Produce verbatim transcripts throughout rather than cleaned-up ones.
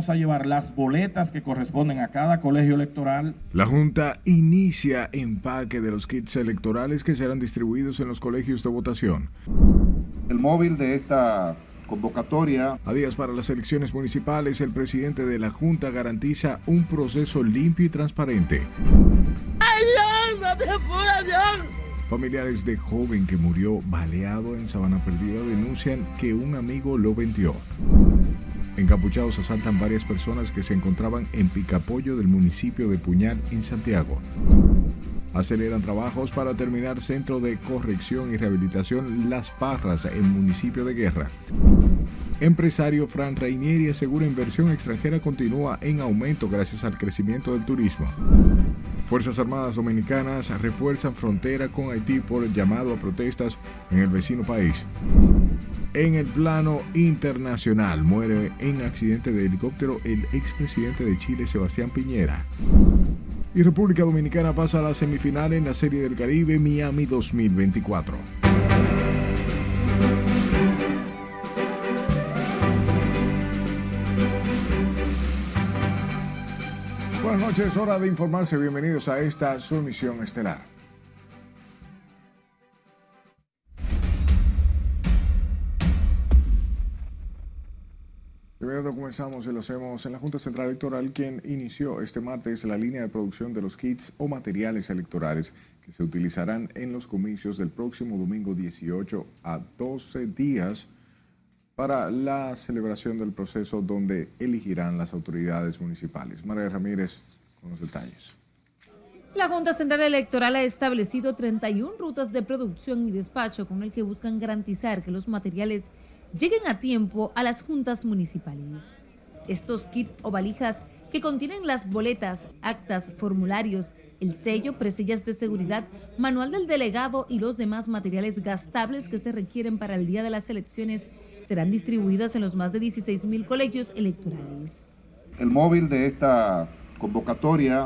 vamos a llevar las boletas que corresponden a cada colegio electoral. La Junta inicia empaque de los kits electorales que serán distribuidos en los colegios de votación. El móvil de esta convocatoria. A días para las elecciones municipales, el presidente de la Junta garantiza un proceso limpio y transparente. ¡Ay, Dios! ¡No te puedo, Dios! Familiares de joven que murió baleado en Sabana Perdida denuncian que un amigo lo vendió. Encapuchados asaltan varias personas que se encontraban en Picapollo del municipio de Puñal, en Santiago. Aceleran trabajos para terminar Centro de Corrección y Rehabilitación Las Parras en municipio de Guerra. Empresario Fran Reinieri asegura inversión extranjera continúa en aumento gracias al crecimiento del turismo. Fuerzas Armadas Dominicanas refuerzan frontera con Haití por llamado a protestas en el vecino país. En el plano internacional, muere en accidente de helicóptero el expresidente de Chile, Sebastián Piñera. Y República Dominicana pasa a la semifinal en la Serie del Caribe Miami dos mil veinticuatro. Buenas noches, hora de informarse. Bienvenidos a esta su emisión estelar. Primero comenzamos y lo hacemos en la Junta Central Electoral, quien inició este martes la línea de producción de los kits o materiales electorales que se utilizarán en los comicios del próximo domingo dieciocho a doce días para la celebración del proceso donde elegirán las autoridades municipales. María Ramírez con los detalles. La Junta Central Electoral ha establecido treinta y una rutas de producción y despacho con el que buscan garantizar que los materiales lleguen a tiempo a las juntas municipales. Estos kits o valijas que contienen las boletas, actas, formularios, el sello, presillas de seguridad, manual del delegado y los demás materiales gastables que se requieren para el día de las elecciones serán distribuidas en los más de dieciséis mil colegios electorales. El móvil de esta convocatoria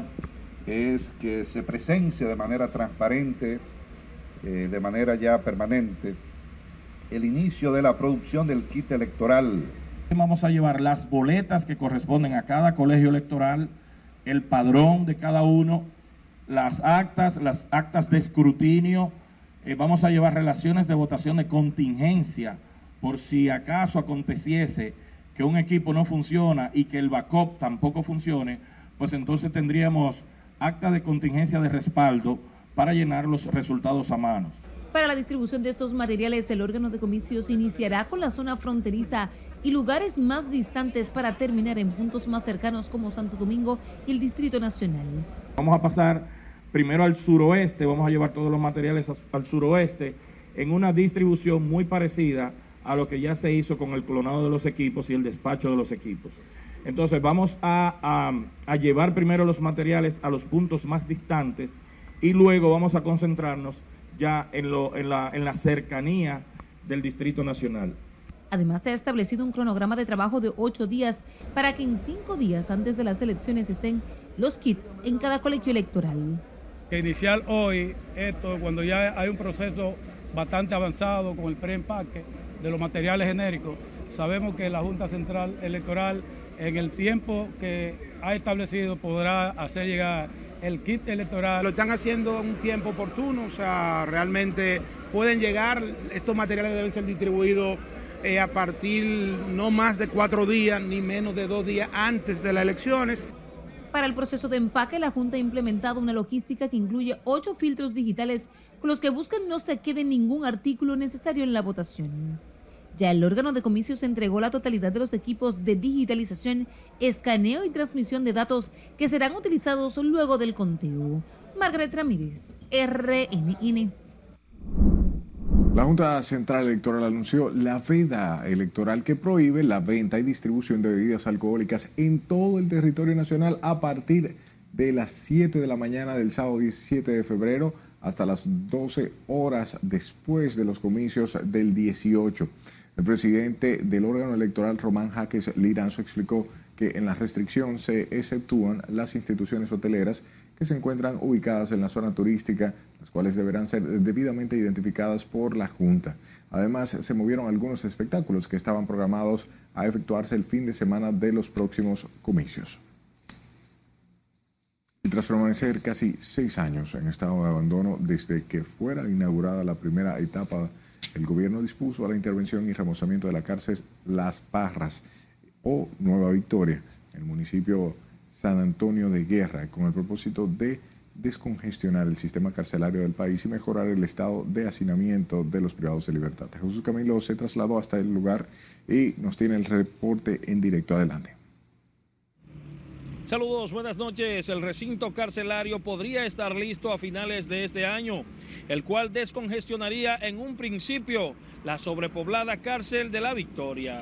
es que se presencie de manera transparente, eh, de manera ya permanente, el inicio de la producción del kit electoral. Vamos a llevar las boletas que corresponden a cada colegio electoral, el padrón de cada uno, las actas, las actas de escrutinio. Eh, vamos a llevar relaciones de votación de contingencia por si acaso aconteciese que un equipo no funciona y que el backup tampoco funcione, pues entonces tendríamos actas de contingencia de respaldo para llenar los resultados a manos. Para la distribución de estos materiales, el órgano de comicios iniciará con la zona fronteriza y lugares más distantes para terminar en puntos más cercanos como Santo Domingo y el Distrito Nacional. Vamos a pasar primero al suroeste, vamos a llevar todos los materiales al suroeste en una distribución muy parecida a lo que ya se hizo con el clonado de los equipos y el despacho de los equipos. Entonces vamos a, a, a llevar primero los materiales a los puntos más distantes y luego vamos a concentrarnos ya en, lo, en, la, en la cercanía del Distrito Nacional. Además, se ha establecido un cronograma de trabajo de ocho días para que en cinco días antes de las elecciones estén los kits en cada colegio electoral. Que iniciar hoy esto cuando ya hay un proceso bastante avanzado con el preempaque de los materiales genéricos. Sabemos que la Junta Central Electoral en el tiempo que ha establecido podrá hacer llegar el kit electoral. Lo están haciendo en un tiempo oportuno, o sea, realmente pueden llegar, estos materiales deben ser distribuidos eh, a partir no más de cuatro días, ni menos de dos días antes de las elecciones. Para el proceso de empaque, la Junta ha implementado una logística que incluye ocho filtros digitales con los que buscan no se quede ningún artículo necesario en la votación. Ya el órgano de comicios entregó la totalidad de los equipos de digitalización, escaneo y transmisión de datos que serán utilizados luego del conteo. Margaret Ramírez, R N N. La Junta Central Electoral anunció la veda electoral que prohíbe la venta y distribución de bebidas alcohólicas en todo el territorio nacional a partir de las siete de la mañana del sábado diecisiete de febrero hasta las doce horas después de los comicios del dieciocho. El presidente del órgano electoral, Román Jaques Liranzo, explicó que en la restricción se exceptúan las instituciones hoteleras que se encuentran ubicadas en la zona turística, las cuales deberán ser debidamente identificadas por la Junta. Además, se movieron algunos espectáculos que estaban programados a efectuarse el fin de semana de los próximos comicios. Y tras permanecer casi seis años en estado de abandono desde que fuera inaugurada la primera etapa, el gobierno dispuso la intervención y remozamiento de la cárcel Las Parras o Nueva Victoria, en el municipio San Antonio de Guerra, con el propósito de descongestionar el sistema carcelario del país y mejorar el estado de hacinamiento de los privados de libertad. Jesús Camilo se trasladó hasta el lugar y nos tiene el reporte en directo. Adelante. Saludos, buenas noches. El recinto carcelario podría estar listo a finales de este año, el cual descongestionaría en un principio la sobrepoblada cárcel de La Victoria.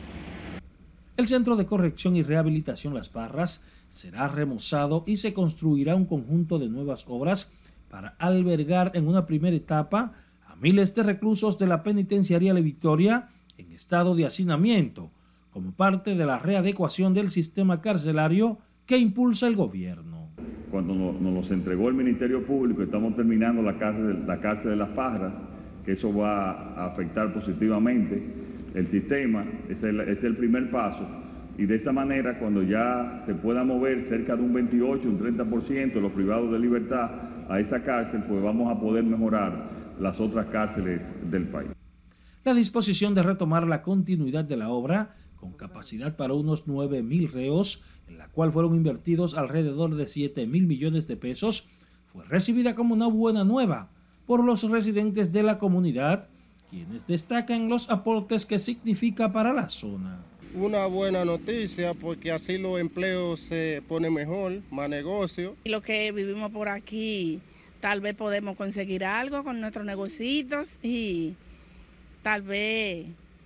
El Centro de Corrección y Rehabilitación Las Parras será remozado y se construirá un conjunto de nuevas obras para albergar en una primera etapa a miles de reclusos de la penitenciaría La Victoria en estado de hacinamiento, como parte de la readecuación del sistema carcelario que impulsa el gobierno. Cuando nos, nos los entregó el Ministerio Público, estamos terminando la cárcel, la cárcel de Las Parras, que eso va a afectar positivamente el sistema, es el, es el primer paso, y de esa manera cuando ya se pueda mover cerca de un veintiocho, un treinta por ciento de los privados de libertad a esa cárcel, pues vamos a poder mejorar las otras cárceles del país. La disposición de retomar la continuidad de la obra, con capacidad para unos nueve mil reos, en la cual fueron invertidos alrededor de siete mil millones de pesos, fue recibida como una buena nueva por los residentes de la comunidad, quienes destacan los aportes que significa para la zona. Una buena noticia porque así los empleos se ponen mejor, más negocio. Los que vivimos por aquí, tal vez podemos conseguir algo con nuestros negocios y tal vez,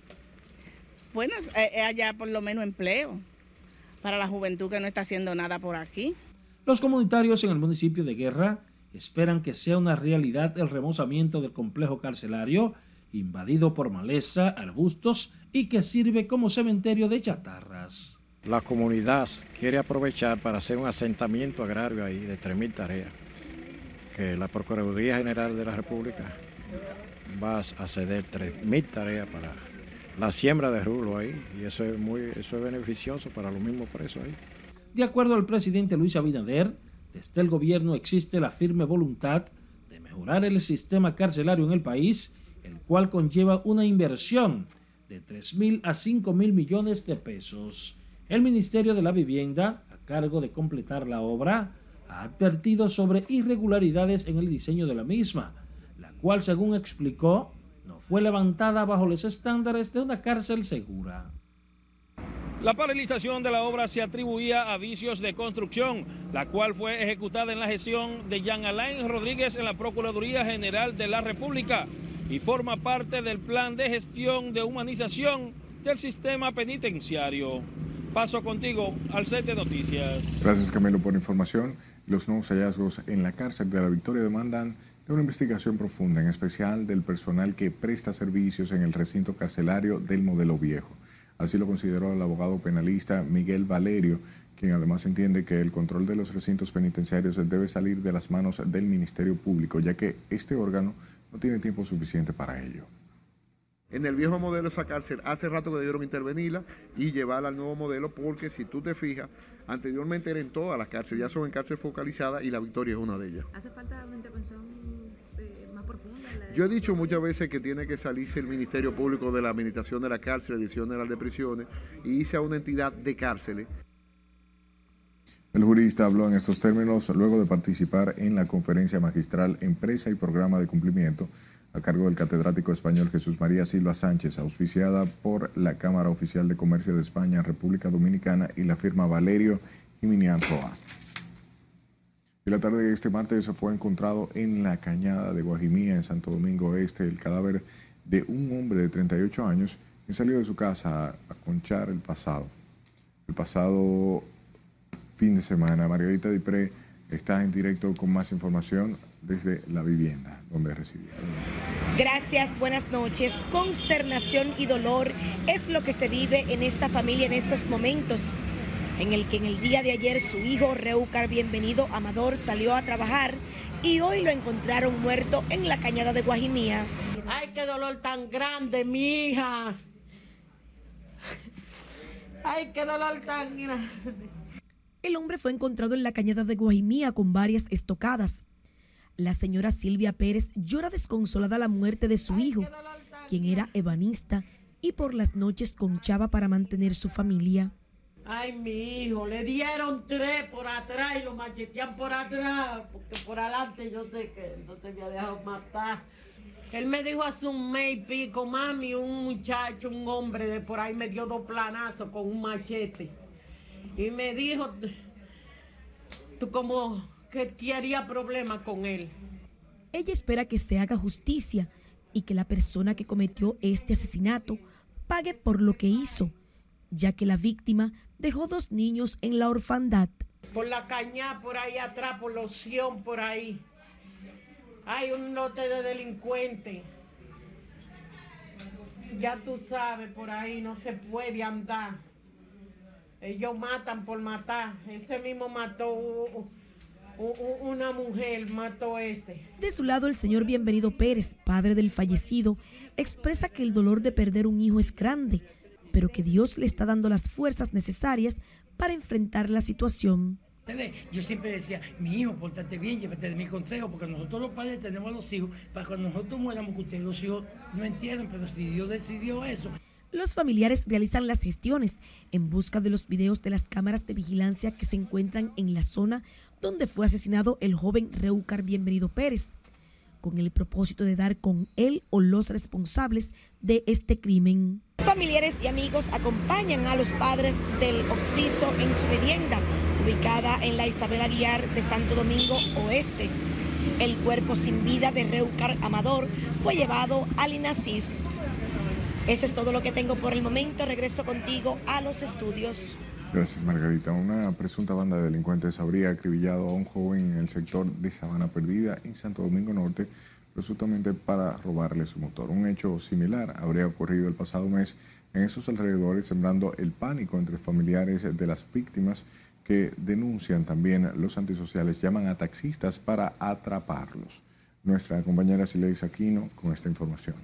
bueno, haya por lo menos empleo para la juventud que no está haciendo nada por aquí. Los comunitarios en el municipio de Guerra esperan que sea una realidad el remozamiento del complejo carcelario, invadido por maleza, arbustos y que sirve como cementerio de chatarras. La comunidad quiere aprovechar para hacer un asentamiento agrario ahí de tres mil tareas, que la Procuraduría General de la República va a ceder tres mil tareas para la siembra de rulo ahí, y eso es muy eso es beneficioso para los mismos presos ahí. De acuerdo al presidente Luis Abinader, desde el gobierno existe la firme voluntad de mejorar el sistema carcelario en el país, el cual conlleva una inversión de tres mil a cinco mil millones de pesos. El Ministerio de la Vivienda, a cargo de completar la obra, ha advertido sobre irregularidades en el diseño de la misma, la cual, según explicó, no fue levantada bajo los estándares de una cárcel segura. La paralización de la obra se atribuía a vicios de construcción, la cual fue ejecutada en la gestión de Jean Alain Rodríguez en la Procuraduría General de la República y forma parte del plan de gestión de humanización del sistema penitenciario. Paso contigo al set de noticias. Gracias, Camilo, por la información. Los nuevos hallazgos en la cárcel de La Victoria demandan de una investigación profunda, en especial del personal que presta servicios en el recinto carcelario del modelo viejo. Así lo consideró el abogado penalista Miguel Valerio, quien además entiende que el control de los recintos penitenciarios debe salir de las manos del Ministerio Público, ya que este órgano no tiene tiempo suficiente para ello. En el viejo modelo esa cárcel hace rato que debieron intervenirla y llevarla al nuevo modelo, porque si tú te fijas, anteriormente eran todas las cárceles, ya son en cárcel focalizada y La Victoria es una de ellas. ¿Hace falta una intervención eh, más profunda? Yo he dicho muchas veces que tiene que salirse el Ministerio Público de la Administración de la Cárcel, la Dirección General de Prisiones, y irse a una entidad de cárceles. El jurista habló en estos términos luego de participar en la conferencia magistral Empresa y Programa de Cumplimiento a cargo del catedrático español Jesús María Silva Sánchez, auspiciada por la Cámara Oficial de Comercio de España, República Dominicana y la firma Valerio Jiminián Roa. Y la tarde de este martes fue encontrado en la Cañada de Guajimía, en Santo Domingo Este, el cadáver de un hombre de treinta y ocho años que salió de su casa a, a conchar el pasado. El pasado fin de semana. Margarita Dipré está en directo con más información desde la vivienda donde residía. Gracias, buenas noches. Consternación y dolor es lo que se vive en esta familia en estos momentos, en el que en el día de ayer su hijo Reucar Bienvenido Amador salió a trabajar y hoy lo encontraron muerto en la Cañada de Guajimía. Ay, qué dolor tan grande, mi hija. Ay, qué dolor tan grande. El hombre fue encontrado en la cañada de Guajimía con varias estocadas. La señora Silvia Pérez llora desconsolada la muerte de su hijo, quien era ebanista y por las noches conchaba para mantener su familia. Ay, mi hijo, le dieron tres por atrás y lo machetean por atrás, porque por adelante yo sé que no se me ha dejado matar. Él me dijo hace un mes y pico, mami, un muchacho, un hombre de por ahí me dio dos planazos con un machete. Y me dijo, tú como que quería problemas con él. Ella espera que se haga justicia y que la persona que cometió este asesinato pague por lo que hizo, ya que la víctima dejó dos niños en la orfandad. Por la cañada, por ahí atrás, por la opción, por ahí. Hay un lote de delincuentes. Ya tú sabes, por ahí no se puede andar. Ellos matan por matar. Ese mismo mató una mujer, mató ese. De su lado, el señor Bienvenido Pérez, padre del fallecido, expresa que el dolor de perder un hijo es grande, pero que Dios le está dando las fuerzas necesarias para enfrentar la situación. Yo siempre decía, mi hijo, pórtate bien, llévate de mi consejo, porque nosotros los padres tenemos a los hijos, para cuando nosotros muéramos, que ustedes los hijos no entiendan, pero si Dios decidió eso. Los familiares realizan las gestiones en busca de los videos de las cámaras de vigilancia que se encuentran en la zona donde fue asesinado el joven Reucar Bienvenido Pérez, con el propósito de dar con él o los responsables de este crimen. Familiares y amigos acompañan a los padres del occiso en su vivienda, ubicada en la Isabel Aguiar de Santo Domingo Oeste. El cuerpo sin vida de Reucar Amador fue llevado al INASIF. Eso es todo lo que tengo por el momento. Regreso contigo a los estudios. Gracias, Margarita. Una presunta banda de delincuentes habría acribillado a un joven en el sector de Sabana Perdida, en Santo Domingo Norte, presuntamente para robarle su motor. Un hecho similar habría ocurrido el pasado mes en esos alrededores, sembrando el pánico entre familiares de las víctimas, que denuncian también los antisociales, llaman a taxistas para atraparlos. Nuestra compañera Sileis Aquino con esta información.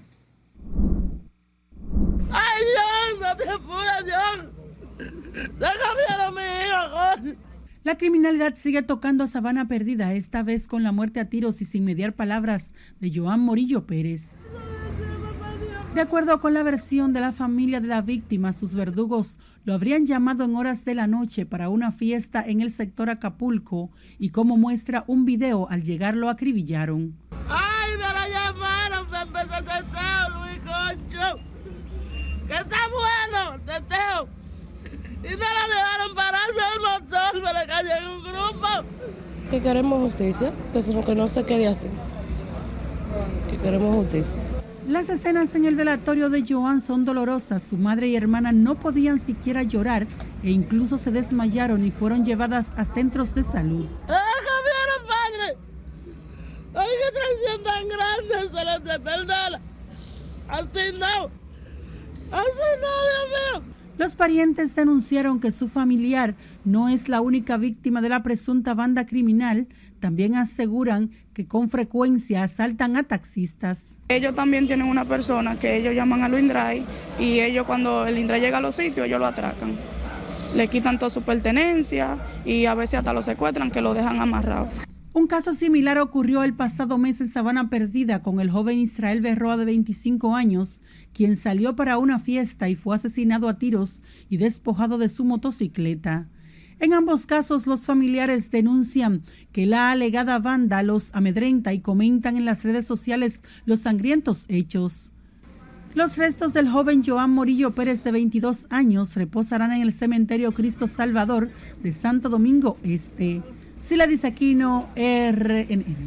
¡Ay, John! ¡No te apures, John! ¡Déjame a mi hijo! La criminalidad sigue tocando a Sabana Perdida, esta vez con la muerte a tiros y sin mediar palabras de Joan Morillo Pérez. De acuerdo con la versión de la familia de la víctima, sus verdugos lo habrían llamado en horas de la noche para una fiesta en el sector Acapulco y, como muestra un video, al llegar lo acribillaron. ¡Ay, me la llamaron! ¡Me empezó a teteo, Luis Concho! ¡Que está bueno, teteo! Y no la dejaron pararse el motor, me le cayó en un grupo. Que queremos justicia, que es lo que no se quede así. Que queremos justicia. Las escenas en el velatorio de Joan son dolorosas. Su madre y hermana no podían siquiera llorar e incluso se desmayaron y fueron llevadas a centros de salud. ¡Ah, cambiaron, padre! ¡Ay, qué traición tan grande! ¡Se les de perdona! ¡Así no! ¡Así no, Dios mío! Los parientes denunciaron que su familiar no es la única víctima de la presunta banda criminal. También aseguran que con frecuencia asaltan a taxistas. Ellos también tienen una persona que ellos llaman a los Indray y ellos, cuando el Indray llega a los sitios, ellos lo atracan. Le quitan toda su pertenencia y a veces hasta lo secuestran, que lo dejan amarrado. Un caso similar ocurrió el pasado mes en Sabana Perdida con el joven Israel Berroa, de veinticinco años, quien salió para una fiesta y fue asesinado a tiros y despojado de su motocicleta. En ambos casos, los familiares denuncian que la alegada banda los amedrenta y comentan en las redes sociales los sangrientos hechos. Los restos del joven Joan Morillo Pérez, de veintidós años, reposarán en el cementerio Cristo Salvador de Santo Domingo Este. Siladis Aquino, R N N.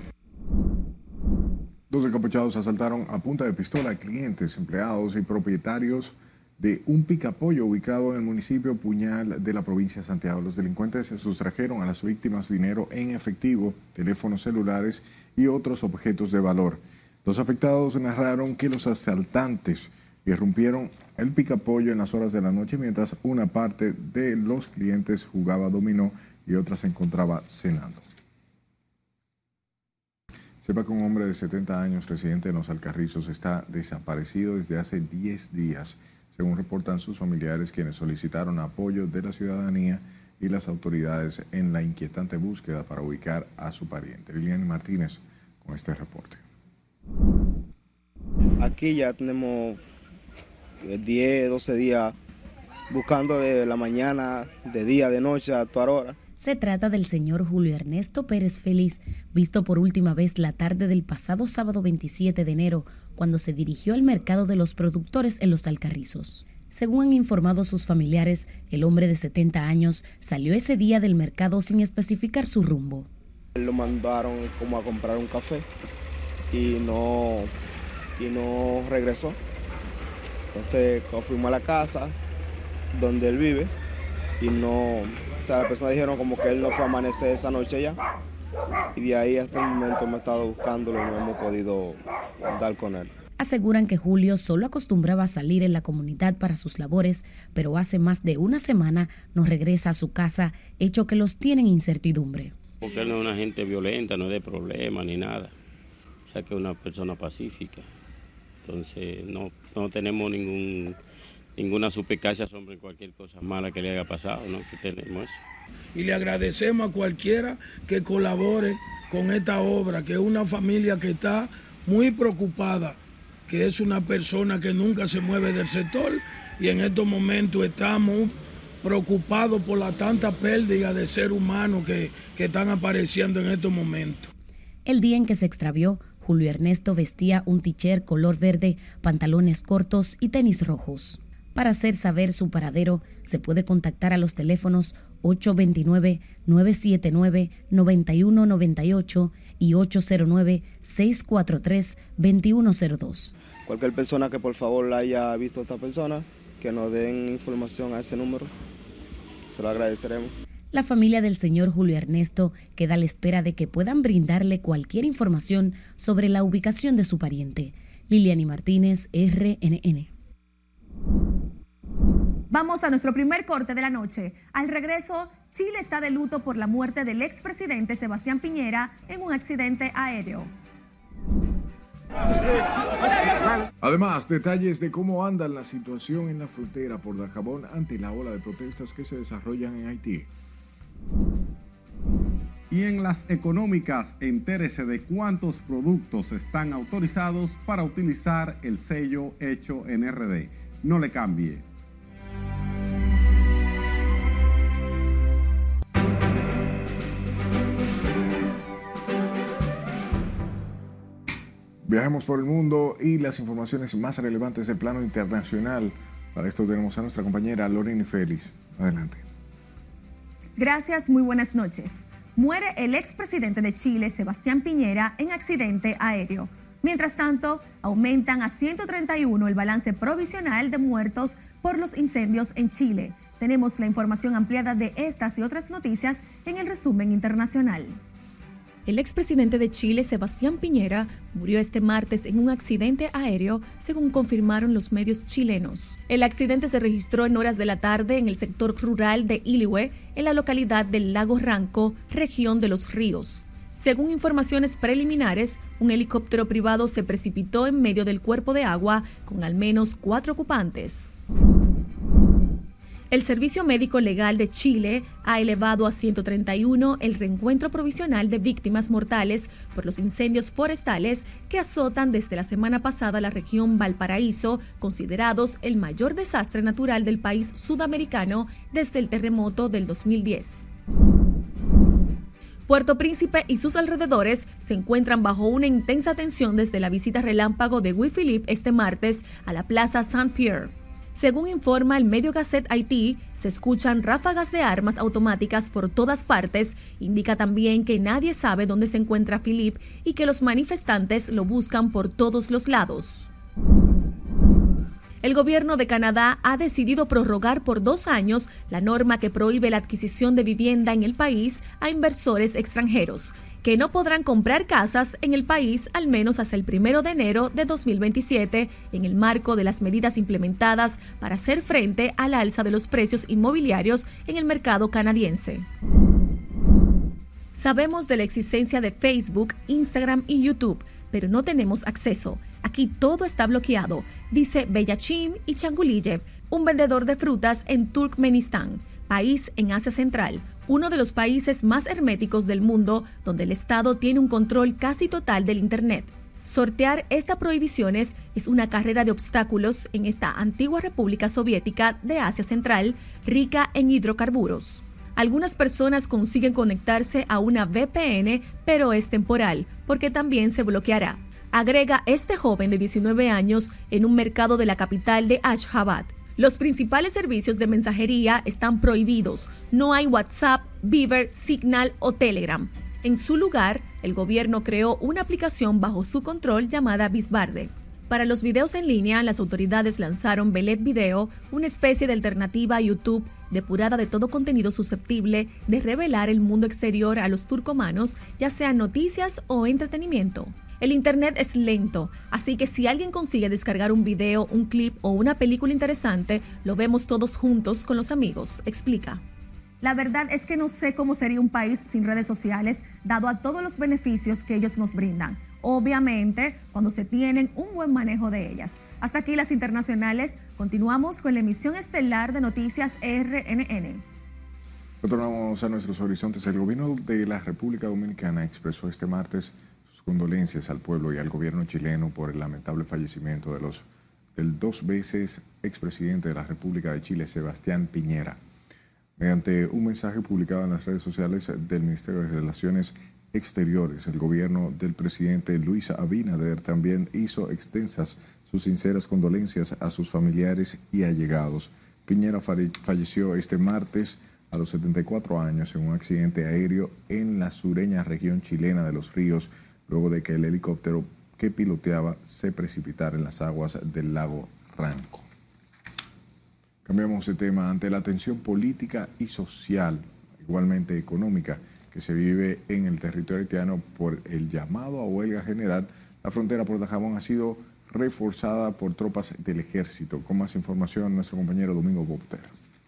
Dos encapuchados asaltaron a punta de pistola a clientes, empleados y propietarios de un picapollo ubicado en el municipio Puñal de la provincia de Santiago. Los delincuentes sustrajeron a las víctimas dinero en efectivo, teléfonos celulares y otros objetos de valor. Los afectados narraron que los asaltantes irrumpieron el picapollo en las horas de la noche mientras una parte de los clientes jugaba dominó y otra se encontraba cenando. Sepa que un hombre de setenta años, residente en Los Alcarrizos, está desaparecido desde hace diez días. según reportan sus familiares, quienes solicitaron apoyo de la ciudadanía y las autoridades en la inquietante búsqueda para ubicar a su pariente. Lilian Martínez con este reporte. Aquí ya tenemos diez, doce días buscando de la mañana, de día, de noche, a toda hora. Se trata del señor Julio Ernesto Pérez Feliz, visto por última vez la tarde del pasado sábado veintisiete de enero, cuando se dirigió al mercado de los productores en Los Alcarrizos. Según han informado sus familiares, el hombre de setenta años salió ese día del mercado sin especificar su rumbo. Lo mandaron como a comprar un café y no, y no regresó. Entonces fuimos a la casa donde él vive y no, o sea, las personas dijeron como que él no fue a amanecer esa noche ya, y de ahí hasta el momento hemos estado buscándolo y no hemos podido dar con él. Aseguran que Julio solo acostumbraba a salir en la comunidad para sus labores, pero hace más de una semana no regresa a su casa, hecho que los tiene en incertidumbre. Porque él no es una gente violenta, no es de problema ni nada, o sea que es una persona pacífica, entonces no, no tenemos ningún... ninguna suspicacia sobre cualquier cosa mala que le haya pasado, ¿no? Que tenemos eso. Y le agradecemos a cualquiera que colabore con esta obra, que es una familia que está muy preocupada, que es una persona que nunca se mueve del sector, y en estos momentos estamos preocupados por la tanta pérdida de ser humano que, que están apareciendo en estos momentos. El día en que se extravió, Julio Ernesto vestía un t-shirt color verde, pantalones cortos y tenis rojos. Para hacer saber su paradero, se puede contactar a los teléfonos ocho dos nueve, nueve siete nueve, nueve uno nueve ocho y ocho cero nueve, seis cuatro tres, dos uno cero dos. Cualquier persona que por favor haya visto a esta persona, que nos den información a ese número, se lo agradeceremos. La familia del señor Julio Ernesto queda a la espera de que puedan brindarle cualquier información sobre la ubicación de su pariente. Liliani Martínez, R N N. Vamos a nuestro primer corte de la noche. Al regreso, Chile está de luto por la muerte del expresidente Sebastián Piñera en un accidente aéreo. Además, detalles de cómo anda la situación en la frontera por Dajabón ante la ola de protestas que se desarrollan en Haití. Y en las económicas, entérese de cuántos productos están autorizados para utilizar el sello Hecho en R D. No le cambie. Viajemos por el mundo y las informaciones más relevantes del plano internacional. Para esto tenemos a nuestra compañera Lorena Félix. Adelante. Gracias, muy buenas noches. Muere el expresidente de Chile, Sebastián Piñera, en accidente aéreo. Mientras tanto, aumentan a ciento treinta y uno el balance provisional de muertos por los incendios en Chile. Tenemos la información ampliada de estas y otras noticias en el resumen internacional. El expresidente de Chile, Sebastián Piñera, murió este martes en un accidente aéreo, según confirmaron los medios chilenos. El accidente se registró en horas de la tarde en el sector rural de Ilihue, en la localidad del Lago Ranco, región de Los Ríos. Según informaciones preliminares, un helicóptero privado se precipitó en medio del cuerpo de agua con al menos cuatro ocupantes. El Servicio Médico Legal de Chile ha elevado a ciento treinta y uno el reencuentro provisional de víctimas mortales por los incendios forestales que azotan desde la semana pasada la región Valparaíso, considerados el mayor desastre natural del país sudamericano desde el terremoto del dos mil diez. Puerto Príncipe y sus alrededores se encuentran bajo una intensa tensión desde la visita relámpago de Louis Philippe este martes a la Plaza Saint-Pierre. Según informa el medio Gazette Haití, se escuchan ráfagas de armas automáticas por todas partes. Indica también que nadie sabe dónde se encuentra Philippe y que los manifestantes lo buscan por todos los lados. El gobierno de Canadá ha decidido prorrogar por dos años la norma que prohíbe la adquisición de vivienda en el país a inversores extranjeros, que no podrán comprar casas en el país al menos hasta el primero de enero de dos mil veintisiete, en el marco de las medidas implementadas para hacer frente al alza de los precios inmobiliarios en el mercado canadiense. Sabemos de la existencia de Facebook, Instagram y YouTube, pero no tenemos acceso. Aquí todo está bloqueado, dice Beyachim Ichanguliyev, un vendedor de frutas en Turkmenistán, país en Asia Central, uno de los países más herméticos del mundo, donde el Estado tiene un control casi total del Internet. Sortear estas prohibiciones es una carrera de obstáculos en esta antigua República Soviética de Asia Central, rica en hidrocarburos. Algunas personas consiguen conectarse a una V P N, pero es temporal, porque también se bloqueará. Agrega este joven de diecinueve años en un mercado de la capital de Ashgabat. Los principales servicios de mensajería están prohibidos. No hay WhatsApp, Viber, Signal o Telegram. En su lugar, el gobierno creó una aplicación bajo su control llamada Bisbarde. Para los videos en línea, las autoridades lanzaron Belet Video, una especie de alternativa a YouTube depurada de todo contenido susceptible de revelar el mundo exterior a los turcomanos, ya sean noticias o entretenimiento. El Internet es lento, así que si alguien consigue descargar un video, un clip o una película interesante, lo vemos todos juntos con los amigos, explica. La verdad es que no sé cómo sería un país sin redes sociales, dado a todos los beneficios que ellos nos brindan. Obviamente, cuando se tienen un buen manejo de ellas. Hasta aquí las internacionales. Continuamos con la emisión estelar de Noticias R N N. Retornamos a nuestros horizontes. El gobierno de la República Dominicana expresó este martes sus condolencias al pueblo y al gobierno chileno por el lamentable fallecimiento de los, del dos veces expresidente de la República de Chile, Sebastián Piñera. Mediante un mensaje publicado en las redes sociales del Ministerio de Relaciones Exteriores, el gobierno del presidente Luis Abinader también hizo extensas sus sinceras condolencias a sus familiares y allegados. Piñera falleció este martes a los setenta y cuatro años en un accidente aéreo en la sureña región chilena de Los Ríos, luego de que el helicóptero que piloteaba se precipitara en las aguas del lago Ranco. Cambiamos de tema. Ante la tensión política y social, igualmente económica, que se vive en el territorio haitiano por el llamado a huelga general, la frontera por Dajabón ha sido reforzada por tropas del ejército. Con más información, nuestro compañero Domingo Bopter.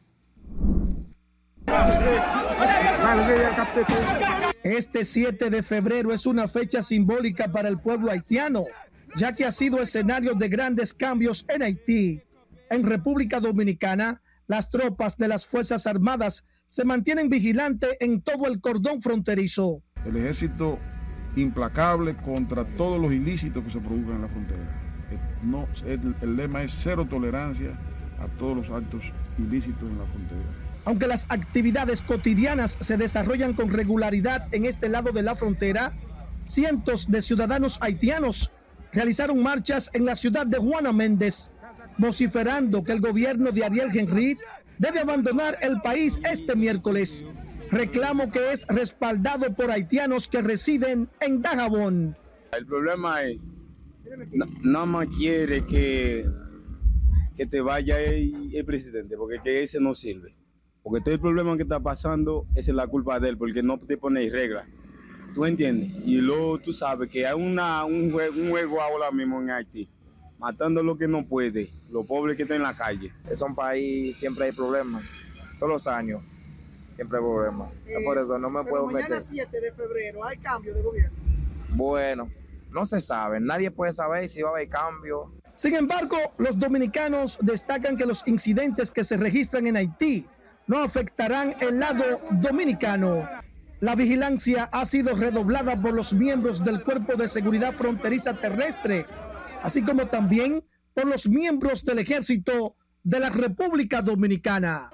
Este siete de febrero es una fecha simbólica para el pueblo haitiano, ya que ha sido escenario de grandes cambios en Haití. En República Dominicana, las tropas de las Fuerzas Armadas se mantienen vigilantes en todo el cordón fronterizo. El ejército implacable contra todos los ilícitos que se produzcan en la frontera. No, el, el lema es cero tolerancia a todos los actos ilícitos en la frontera. Aunque las actividades cotidianas se desarrollan con regularidad en este lado de la frontera, cientos de ciudadanos haitianos realizaron marchas en la ciudad de Juana Méndez, vociferando que el gobierno de Ariel Henry debe abandonar el país este miércoles. Reclamo que es respaldado por haitianos que residen en Dajabón. El problema es, no, nada más quiere que, que te vaya el, el presidente, porque que ese no sirve. Porque todo el problema que está pasando es la culpa de él, porque no te pone reglas. ¿Tú entiendes? Y luego tú sabes que hay una, un, juego, un juego ahora mismo en Haití, matando lo que no puede, los pobres que están en la calle. Es un país, siempre hay problemas, todos los años, siempre hay problemas. Eh, Por eso no me puedo mañana meter. Mañana siete de febrero, ¿hay cambio de gobierno? Bueno, no se sabe, nadie puede saber si va a haber cambio. Sin embargo, los dominicanos destacan que los incidentes que se registran en Haití no afectarán el lado dominicano. La vigilancia ha sido redoblada por los miembros del Cuerpo de Seguridad Fronteriza Terrestre, así como también por los miembros del Ejército de la República Dominicana.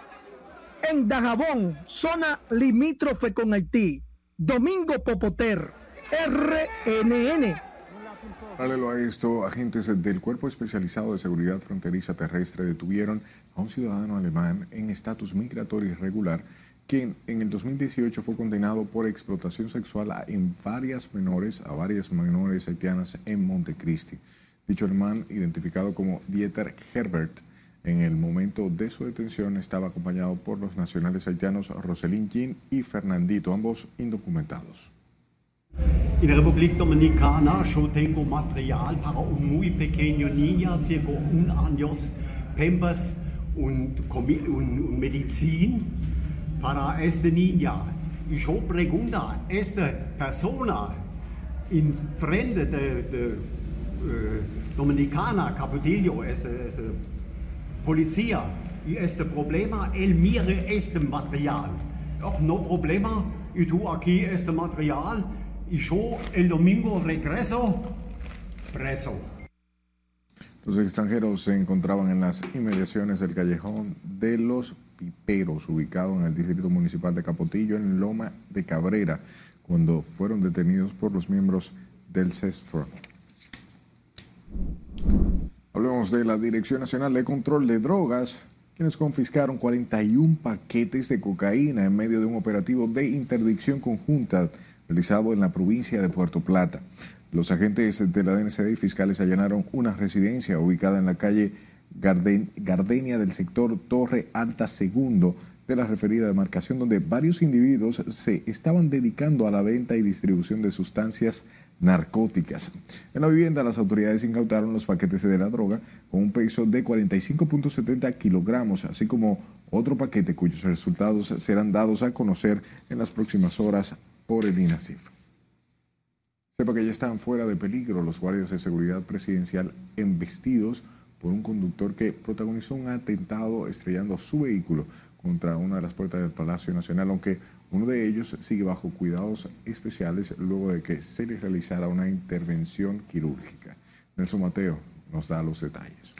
En Dajabón, zona limítrofe con Haití, Domingo Popoter, R N N. Paralelo a esto, agentes del Cuerpo Especializado de Seguridad Fronteriza Terrestre detuvieron a un ciudadano alemán en estatus migratorio irregular, quien en el dos mil dieciocho fue condenado por explotación sexual a, en varias menores, a varias menores haitianas en Montecristi. Dicho alemán, identificado como Dieter Herbert, en el momento de su detención estaba acompañado por los nacionales haitianos Roselín Jean y Fernandito, ambos indocumentados. En República Dominicana yo tengo material para un muy pequeño niño, circa un año, pampers und, und medicina para esta niña. Y yo pregunto, esta persona en frente de, de eh, Dominicana, Capotillo, este, este, policía, y este problema, él mire este material. Oh, no problema, y tú aquí este material, y yo el domingo regreso preso. Los extranjeros se encontraban en las inmediaciones del callejón de los Piperos, ubicado en el distrito municipal de Capotillo, en Loma de Cabrera, cuando fueron detenidos por los miembros del CESFRON. Hablemos de la Dirección Nacional de Control de Drogas, quienes confiscaron cuarenta y un paquetes de cocaína en medio de un operativo de interdicción conjunta realizado en la provincia de Puerto Plata. Los agentes de la D N C D y fiscales allanaron una residencia ubicada en la calle Garden, Gardenia del sector Torre Alta Segundo de la referida demarcación, donde varios individuos se estaban dedicando a la venta y distribución de sustancias narcóticas. En la vivienda, las autoridades incautaron los paquetes de la droga con un peso de cuarenta y cinco punto setenta kilogramos, así como otro paquete cuyos resultados serán dados a conocer en las próximas horas por el INASIF. Sepa que ya están fuera de peligro los guardias de seguridad presidencial embestidos por un conductor que protagonizó un atentado estrellando su vehículo contra una de las puertas del Palacio Nacional, aunque uno de ellos sigue bajo cuidados especiales luego de que se le realizara una intervención quirúrgica. Nelson Mateo nos da los detalles.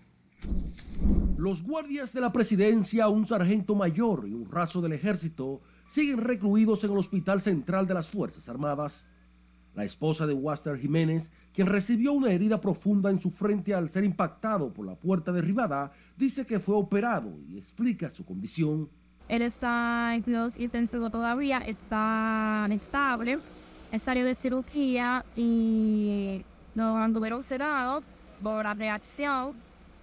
Los guardias de la presidencia, un sargento mayor y un raso del ejército siguen recluidos en el Hospital Central de las Fuerzas Armadas. La esposa de Waster Jiménez, quien recibió una herida profunda en su frente al ser impactado por la puerta derribada, dice que fue operado y explica su condición. Él está en cuidados intensivos todavía, está estable, él salió de cirugía y lo anduvieron sedado por la reacción.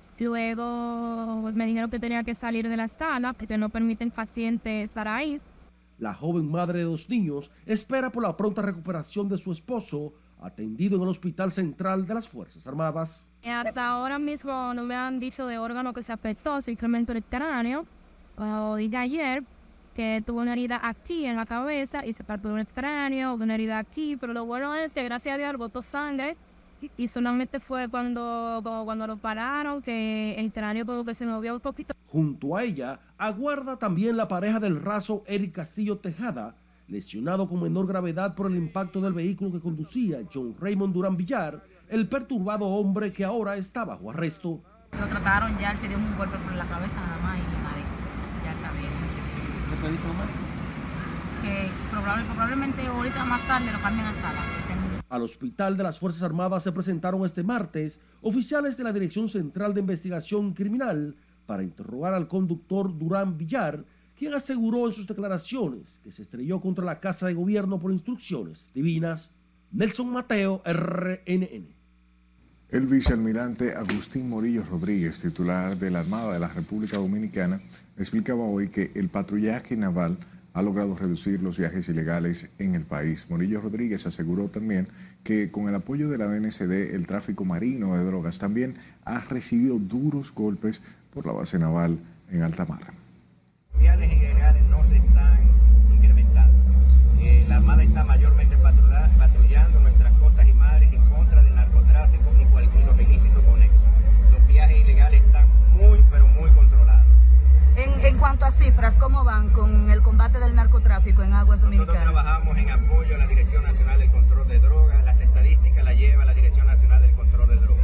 Luego me dijeron que tenía que salir de la sala porque no permiten pacientes estar ahí. La joven madre de dos niños espera por la pronta recuperación de su esposo, atendido en el Hospital Central de las Fuerzas Armadas. Hasta ahora mismo no me han dicho de órgano que se afectó, simplemente el cráneo. Lo dije ayer que tuvo una herida aquí en la cabeza y se partió el cráneo, una herida aquí, pero lo bueno es que gracias a Dios botó sangre y solamente fue cuando, cuando lo pararon que el cráneo todo que se movió un poquito. Junto a ella aguarda también la pareja del raso Eric Castillo Tejada, lesionado con menor gravedad por el impacto del vehículo que conducía John Raymond Durán Villar, el perturbado hombre que ahora está bajo arresto. Lo trataron ya, él se dio un golpe por la cabeza nada más y nada, ya está bien. ¿Qué te dice, mamá? Que probable, probablemente ahorita más tarde lo cambien a sala. Al Hospital de las Fuerzas Armadas se presentaron este martes oficiales de la Dirección Central de Investigación Criminal para interrogar al conductor Durán Villar, quien aseguró en sus declaraciones que se estrelló contra la Casa de Gobierno por instrucciones divinas. Nelson Mateo, R N N. El vicealmirante Agustín Morillo Rodríguez, titular de la Armada de la República Dominicana, explicaba hoy que el patrullaje naval ha logrado reducir los viajes ilegales en el país. Morillo Rodríguez aseguró también que con el apoyo de la D N C D, el tráfico marino de drogas también ha recibido duros golpes por la base naval en alta mar. Los viajes ilegales no se están incrementando. Eh, la Armada está mayormente patrullando nuestras costas y mares en contra del narcotráfico y cualquier ilícito conexo. Los viajes ilegales están muy, pero muy controlados. En, en cuanto a cifras, ¿cómo van con el combate del narcotráfico en aguas dominicanas? Nosotros trabajamos en apoyo a la Dirección Nacional del Control de Drogas. Las estadísticas las lleva la Dirección Nacional del Control de Drogas.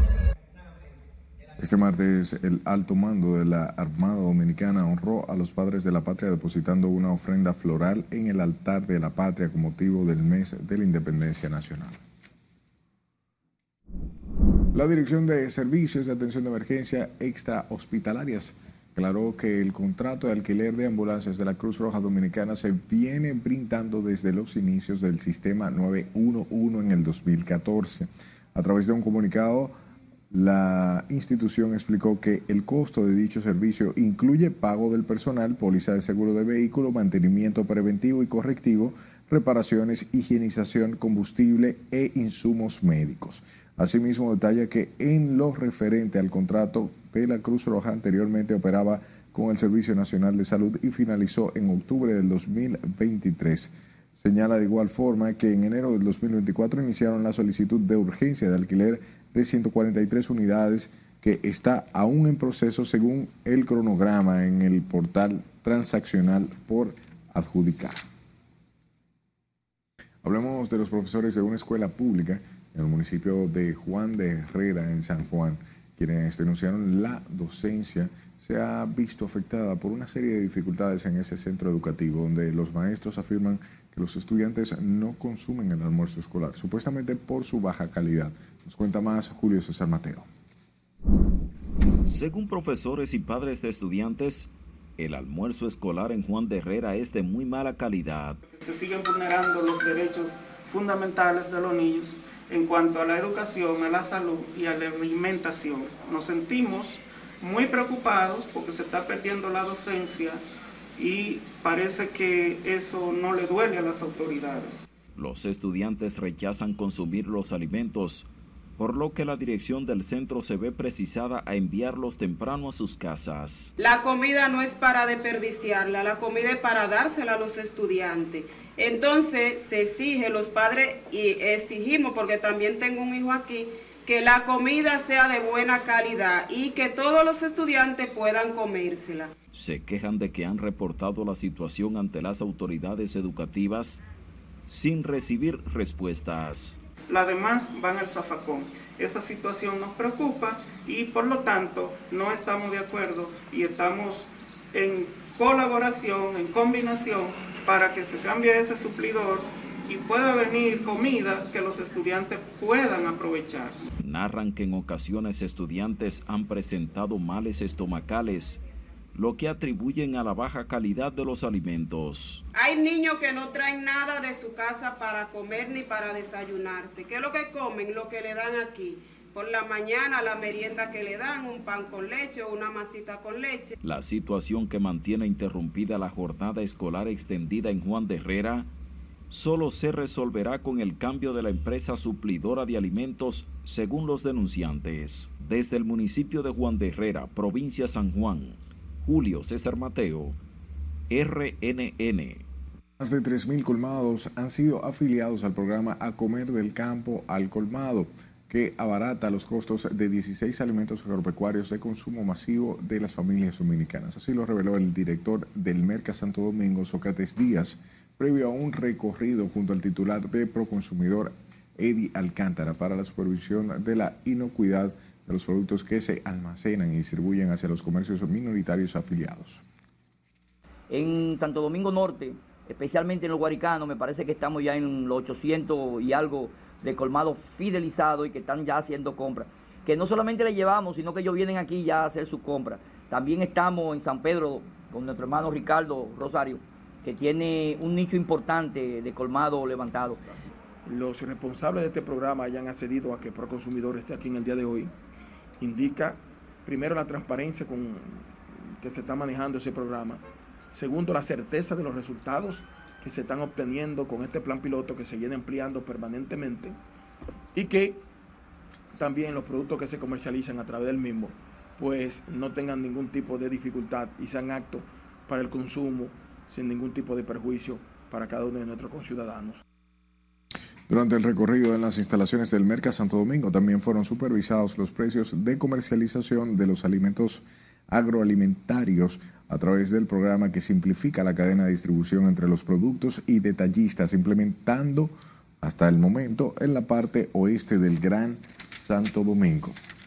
Este martes, el alto mando de la Armada Dominicana honró a los padres de la patria depositando una ofrenda floral en el altar de la patria con motivo del mes de la Independencia Nacional. La Dirección de Servicios de Atención de Emergencia Extrahospitalarias aclaró que el contrato de alquiler de ambulancias de la Cruz Roja Dominicana se viene brindando desde los inicios del sistema nueve uno uno en el dos mil catorce. A través de un comunicado, la institución explicó que el costo de dicho servicio incluye pago del personal, póliza de seguro de vehículo, mantenimiento preventivo y correctivo, reparaciones, higienización, combustible e insumos médicos. Asimismo, detalla que en lo referente al contrato de la Cruz Roja, anteriormente operaba con el Servicio Nacional de Salud y finalizó en octubre del dos mil veintitrés. Señala de igual forma que en enero del dos mil veinticuatro iniciaron la solicitud de urgencia de alquiler de ciento cuarenta y tres unidades que está aún en proceso según el cronograma en el portal transaccional por adjudicar. Hablemos de los profesores de una escuela pública en el municipio de Juan de Herrera, en San Juan, quienes denunciaron la docencia se ha visto afectada por una serie de dificultades en ese centro educativo, donde los maestros afirman que los estudiantes no consumen el almuerzo escolar, supuestamente por su baja calidad. Nos cuenta más Julio César Mateo. Según profesores y padres de estudiantes, el almuerzo escolar en Juan de Herrera es de muy mala calidad. Se siguen vulnerando los derechos fundamentales de los niños en cuanto a la educación, a la salud y a la alimentación. Nos sentimos muy preocupados porque se está perdiendo la docencia y parece que eso no le duele a las autoridades. Los estudiantes rechazan consumir los alimentos, por lo que la dirección del centro se ve precisada a enviarlos temprano a sus casas. La comida no es para desperdiciarla, la comida es para dársela a los estudiantes. Entonces se exige, los padres y exigimos, porque también tengo un hijo aquí, que la comida sea de buena calidad y que todos los estudiantes puedan comérsela. Se quejan de que han reportado la situación ante las autoridades educativas sin recibir respuestas. Las demás van al zafacón. Esa situación nos preocupa y por lo tanto no estamos de acuerdo y estamos en colaboración, en combinación para que se cambie ese suplidor y pueda venir comida que los estudiantes puedan aprovechar. Narran que en ocasiones estudiantes han presentado males estomacales, lo que atribuyen a la baja calidad de los alimentos. Hay niños que no traen nada de su casa para comer ni para desayunarse. ¿Qué es lo que comen? Lo que le dan aquí. Por la mañana la merienda que le dan, un pan con leche o una masita con leche. La situación que mantiene interrumpida la jornada escolar extendida en Juan de Herrera solo se resolverá con el cambio de la empresa suplidora de alimentos, según los denunciantes. Desde el municipio de Juan de Herrera, provincia San Juan, Julio César Mateo, R N N. Más de tres mil colmados han sido afiliados al programa A Comer del Campo al Colmado, que abarata los costos de dieciséis alimentos agropecuarios de consumo masivo de las familias dominicanas. Así lo reveló el director del Merca Santo Domingo, Sócrates Díaz, previo a un recorrido junto al titular de Proconsumidor, Eddie Alcántara, para la supervisión de la inocuidad de los productos que se almacenan y distribuyen hacia los comercios minoritarios afiliados. En Santo Domingo Norte, especialmente en los Guaricanos, me parece que estamos ya en los ochocientos y algo de colmados fidelizados y que están ya haciendo compras. Que no solamente le llevamos, sino que ellos vienen aquí ya a hacer sus compras. También estamos en San Pedro con nuestro hermano Ricardo Rosario, que tiene un nicho importante de colmado levantado. Los responsables de este programa hayan accedido a que Proconsumidor esté aquí en el día de hoy. Indica, primero, la transparencia con que se está manejando ese programa. Segundo, la certeza de los resultados que se están obteniendo con este plan piloto que se viene ampliando permanentemente y que también los productos que se comercializan a través del mismo pues no tengan ningún tipo de dificultad y sean aptos para el consumo sin ningún tipo de perjuicio para cada uno de nuestros conciudadanos. Durante el recorrido en las instalaciones del Merca Santo Domingo también fueron supervisados los precios de comercialización de los alimentos agroalimentarios a través del programa que simplifica la cadena de distribución entre los productos y detallistas, implementando hasta el momento en la parte oeste del Gran Santo Domingo.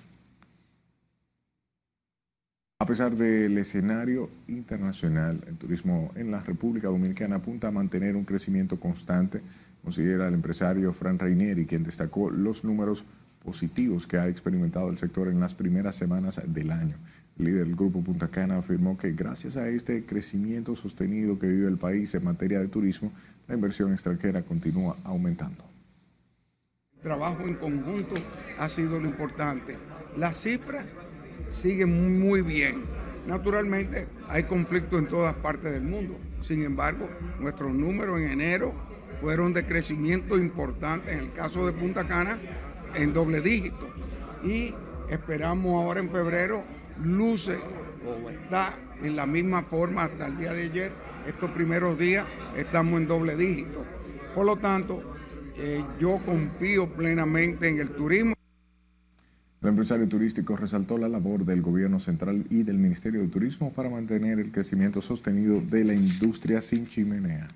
A pesar del escenario internacional, el turismo en la República Dominicana apunta a mantener un crecimiento constante, considera el empresario Fran Rainieri, quien destacó los números positivos que ha experimentado el sector en las primeras semanas del año. El líder del Grupo Punta Cana afirmó que gracias a este crecimiento sostenido que vive el país en materia de turismo, la inversión extranjera continúa aumentando. El trabajo en conjunto ha sido lo importante. Las cifras siguen muy bien. Naturalmente hay conflictos en todas partes del mundo. Sin embargo, nuestros números en enero fueron de crecimiento importante, en el caso de Punta Cana, en doble dígito. Y esperamos ahora en febrero, luce o está en la misma forma hasta el día de ayer. Estos primeros días estamos en doble dígito. Por lo tanto, eh, yo confío plenamente en el turismo. El empresario turístico resaltó la labor del gobierno central y del Ministerio de Turismo para mantener el crecimiento sostenido de la industria sin chimenea.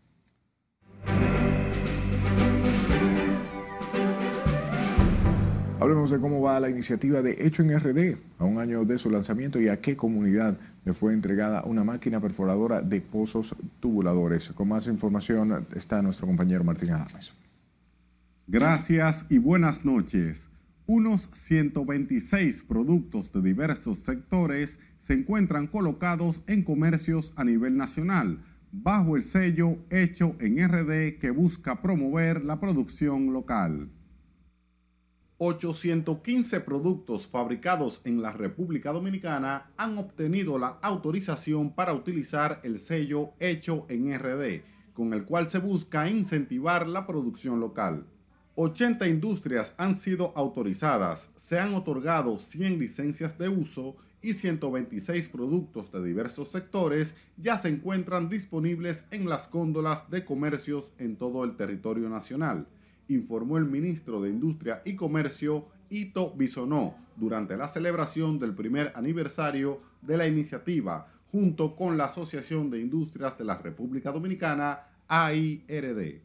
Hablemos de cómo va la iniciativa de Hecho en R D, a un año de su lanzamiento y a qué comunidad le fue entregada una máquina perforadora de pozos tubuladores. Con más información está nuestro compañero Martín Adames. Gracias y buenas noches. Unos ciento veintiséis productos de diversos sectores se encuentran colocados en comercios a nivel nacional, bajo el sello Hecho en R D que busca promover la producción local. ochocientos quince productos fabricados en la República Dominicana han obtenido la autorización para utilizar el sello Hecho en R D, con el cual se busca incentivar la producción local. ochenta industrias han sido autorizadas, se han otorgado cien licencias de uso y ciento veintiséis productos de diversos sectores ya se encuentran disponibles en las góndolas de comercios en todo el territorio nacional, informó el ministro de Industria y Comercio, Ito Bisonó, durante la celebración del primer aniversario de la iniciativa, junto con la Asociación de Industrias de la República Dominicana, A I R D.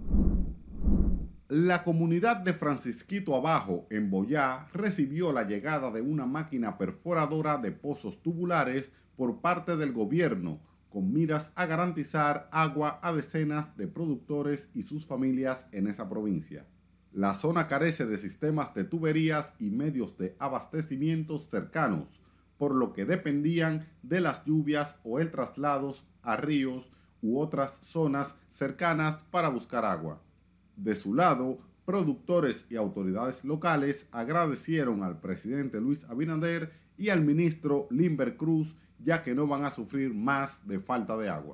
La comunidad de Francisquito Abajo, en Boyá, recibió la llegada de una máquina perforadora de pozos tubulares por parte del gobierno, con miras a garantizar agua a decenas de productores y sus familias en esa provincia. La zona carece de sistemas de tuberías y medios de abastecimiento cercanos, por lo que dependían de las lluvias o el traslado a ríos u otras zonas cercanas para buscar agua. De su lado, productores y autoridades locales agradecieron al presidente Luis Abinader y al ministro Limber Cruz, ya que no van a sufrir más de falta de agua.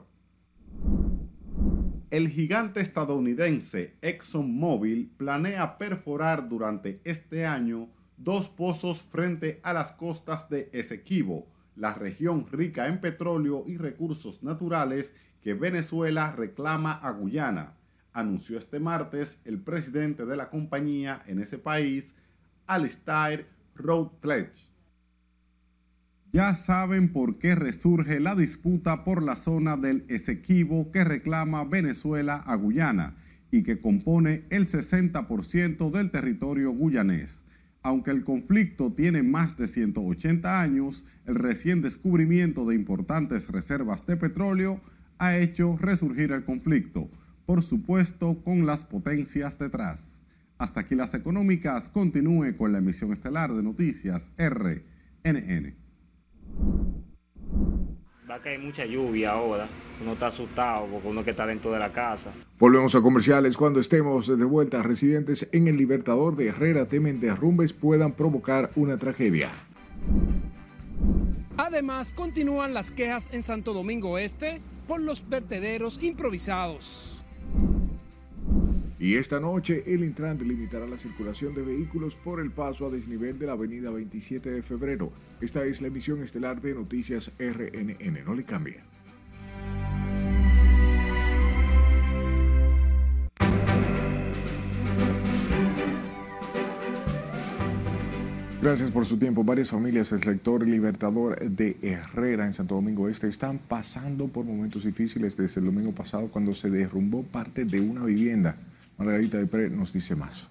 El gigante estadounidense ExxonMobil planea perforar durante este año dos pozos frente a las costas de Esequibo, la región rica en petróleo y recursos naturales que Venezuela reclama a Guyana, anunció este martes el presidente de la compañía en ese país, Alistair Routledge. Ya saben por qué resurge la disputa por la zona del Esequibo que reclama Venezuela a Guyana y que compone el sesenta por ciento del territorio guyanés. Aunque el conflicto tiene más de ciento ochenta años, el recién descubrimiento de importantes reservas de petróleo ha hecho resurgir el conflicto, por supuesto con las potencias detrás. Hasta aquí las económicas. Continúe con la emisión estelar de noticias R N N. Va a caer mucha lluvia ahora, uno está asustado porque uno que está dentro de la casa. Volvemos a comerciales cuando estemos de vuelta. Residentes en el Libertador de Herrera temen derrumbes puedan provocar una tragedia. Además, continúan las quejas en Santo Domingo Este por los vertederos improvisados. Y esta noche el Intran limitará la circulación de vehículos por el paso a desnivel de la avenida veintisiete de febrero. Esta es la emisión estelar de Noticias R N N. No le cambie. Gracias por su tiempo. Varias familias del sector Libertador de Herrera en Santo Domingo Este están pasando por momentos difíciles desde el domingo pasado cuando se derrumbó parte de una vivienda. Margarita de Pre nos dice más.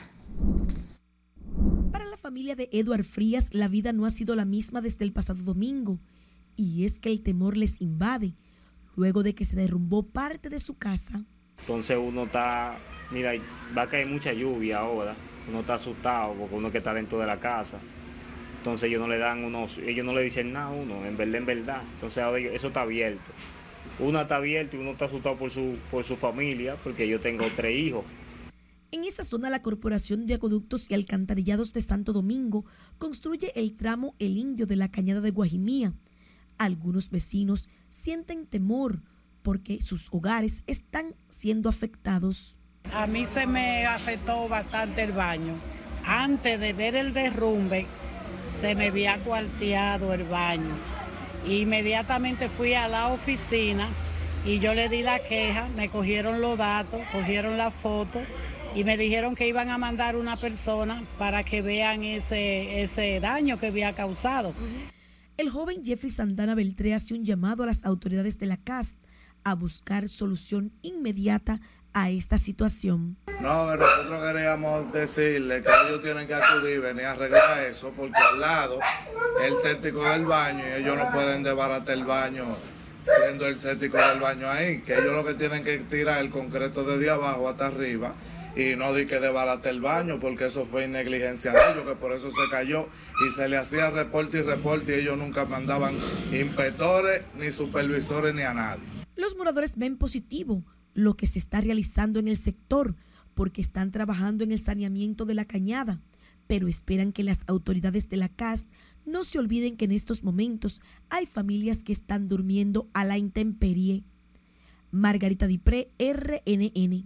Para la familia de Eduard Frías, la vida no ha sido la misma desde el pasado domingo. Y es que el temor les invade, luego de que se derrumbó parte de su casa. Entonces uno está, mira, va a caer mucha lluvia ahora. Uno está asustado porque uno que está dentro de la casa. Entonces ellos no le dan unos, ellos no le dicen nada a uno, en verdad, en verdad. Entonces ahora eso está abierto. Uno está abierto y uno está asustado por su, por su familia, porque yo tengo tres hijos. En esa zona, la Corporación de Acueductos y Alcantarillados de Santo Domingo construye el tramo El Indio de la Cañada de Guajimía. Algunos vecinos sienten temor porque sus hogares están siendo afectados. A mí se me afectó bastante el baño. Antes de ver el derrumbe, se me había cuarteado el baño. Inmediatamente fui a la oficina y yo le di la queja, me cogieron los datos, cogieron la foto y me dijeron que iban a mandar una persona para que vean ese, ese daño que había causado. El joven Jeffrey Santana Beltré hace un llamado a las autoridades de la C A S T a buscar solución inmediata a esta situación. No, nosotros queríamos decirle que ellos tienen que acudir y venir a arreglar eso, porque al lado es el séptico del baño y ellos no pueden desbaratar el baño siendo el séptico del baño ahí, que ellos lo que tienen que tirar el concreto desde abajo hasta arriba y no di que desbaratar el baño, porque eso fue negligencia de ellos, que por eso se cayó y se le hacía reporte y reporte y ellos nunca mandaban inspectores, ni supervisores, ni a nadie. Los moradores ven positivo lo que se está realizando en el sector porque están trabajando en el saneamiento de la cañada, pero esperan que las autoridades de la C A S T no se olviden que en estos momentos hay familias que están durmiendo a la intemperie. Margarita Dipré, R N N.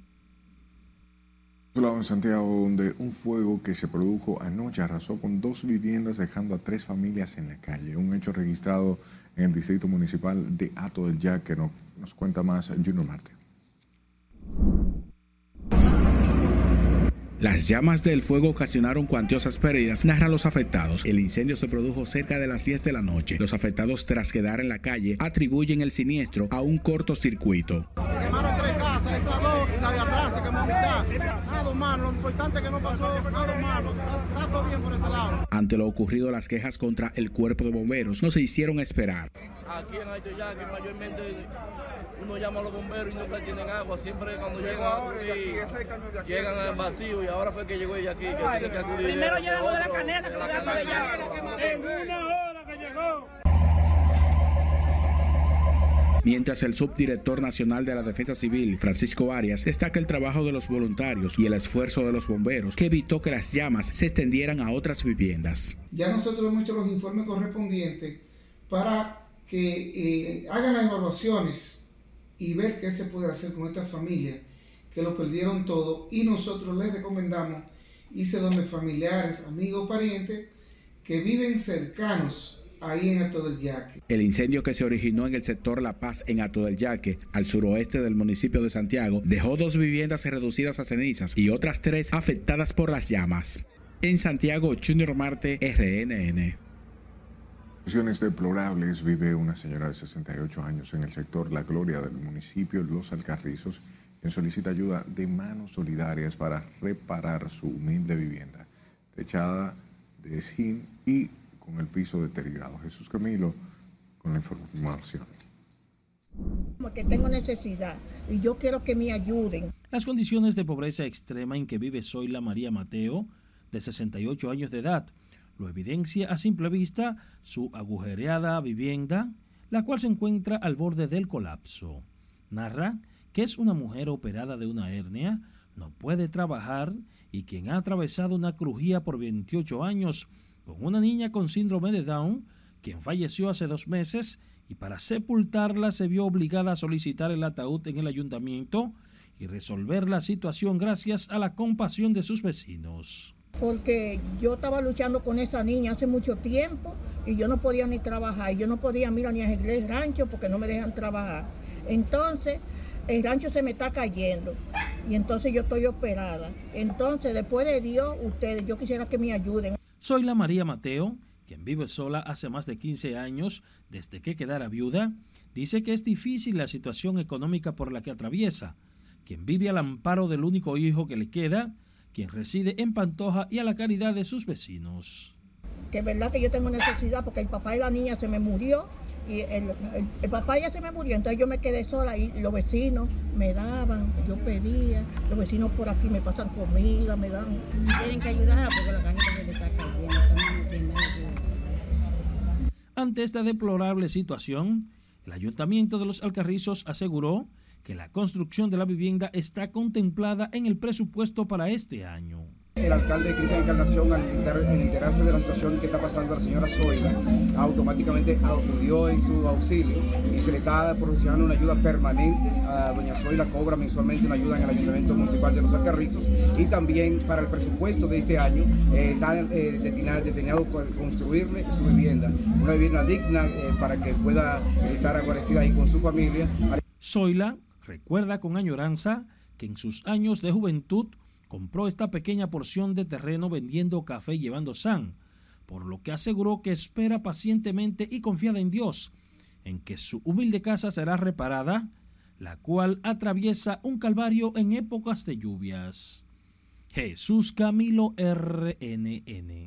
En Santiago, donde un fuego que se produjo anoche arrasó con dos viviendas, dejando a tres familias en la calle. Un hecho registrado en el distrito municipal de Hato del Yaque. Nos, nos cuenta más Junior Marte. Las llamas del fuego ocasionaron cuantiosas pérdidas, narran los afectados. El incendio se produjo cerca de las diez de la noche. Los afectados, tras quedar en la calle, atribuyen el siniestro a un cortocircuito. Quemaron tres casas, esas dos y la de atrás se quemó mitad. Nada malo, lo importante que no pasó, nada malo, está todo bien por ese lado. Ante lo ocurrido, las quejas contra el cuerpo de bomberos no se hicieron esperar. Aquí en Hato del Yaque mayormente uno llama a los bomberos y nunca tienen agua, siempre cuando llegan llegan al vacío y ahora fue que llegó ella aquí. Que tiene que acudir. Primero llegamos de la Canela, que la Canela en una hora que llegó. Mientras el subdirector nacional de la Defensa Civil, Francisco Arias, destaca el trabajo de los voluntarios y el esfuerzo de los bomberos, que evitó que las llamas se extendieran a otras viviendas. Ya nosotros hemos hecho los informes correspondientes para que eh, hagan las evaluaciones y ver qué se puede hacer con estas familias que lo perdieron todo, y nosotros les recomendamos irse donde familiares, amigos, parientes que viven cercanos ahí en Hato del Yaque. El incendio que se originó en el sector La Paz en Hato del Yaque, al suroeste del municipio de Santiago, dejó dos viviendas reducidas a cenizas y otras tres afectadas por las llamas. En Santiago, Junior Marte, R N N. Condiciones deplorables vive una señora de sesenta y ocho años en el sector La Gloria del municipio Los Alcarrizos, quien solicita ayuda de manos solidarias para reparar su humilde vivienda, techada de zinc y con el piso deteriorado. Jesús Camilo con la información. Porque tengo necesidad y yo quiero que me ayuden. Las condiciones de pobreza extrema en que vive Zoila María Mateo, de sesenta y ocho años de edad, lo evidencia a simple vista su agujereada vivienda, la cual se encuentra al borde del colapso. Narra que es una mujer operada de una hernia, no puede trabajar y quien ha atravesado una crujía por veintiocho años con una niña con síndrome de Down, quien falleció hace dos meses y para sepultarla se vio obligada a solicitar el ataúd en el ayuntamiento y resolver la situación gracias a la compasión de sus vecinos. Porque yo estaba luchando con esa niña hace mucho tiempo y yo no podía ni trabajar, yo no podía, mira, ni arreglar el rancho porque no me dejan trabajar. Entonces, el rancho se me está cayendo y entonces yo estoy operada. Entonces, después de Dios, ustedes, yo quisiera que me ayuden. Zoila María Mateo, quien vive sola hace más de quince años, desde que quedara viuda, dice que es difícil la situación económica por la que atraviesa, quien vive al amparo del único hijo que le queda, quien reside en Pantoja y a la caridad de sus vecinos. Que es verdad que yo tengo necesidad porque el papá de la niña se me murió y el, el, el papá ya se me murió, entonces yo me quedé sola y los vecinos me daban, yo pedía, los vecinos por aquí me pasan comida, me dan... Tienen que ayudar porque la casita se le está cayendo. Ante esta deplorable situación, el Ayuntamiento de Los Alcarrizos aseguró que la construcción de la vivienda está contemplada en el presupuesto para este año. El alcalde de Cristian Encarnación, al enterarse de la situación que está pasando a la señora Zoila, automáticamente acudió en su auxilio y se le está proporcionando una ayuda permanente a doña Zoila. Cobra mensualmente una ayuda en el Ayuntamiento Municipal de Los Alcarrizos y también para el presupuesto de este año eh, está eh, destinado, destinado para construirle su vivienda, una vivienda digna eh, para que pueda estar aguarecida ahí con su familia. Zoila recuerda con añoranza que en sus años de juventud compró esta pequeña porción de terreno vendiendo café y llevando san, por lo que aseguró que espera pacientemente y confiada en Dios, en que su humilde casa será reparada, la cual atraviesa un calvario en épocas de lluvias. Jesús Camilo, R N N.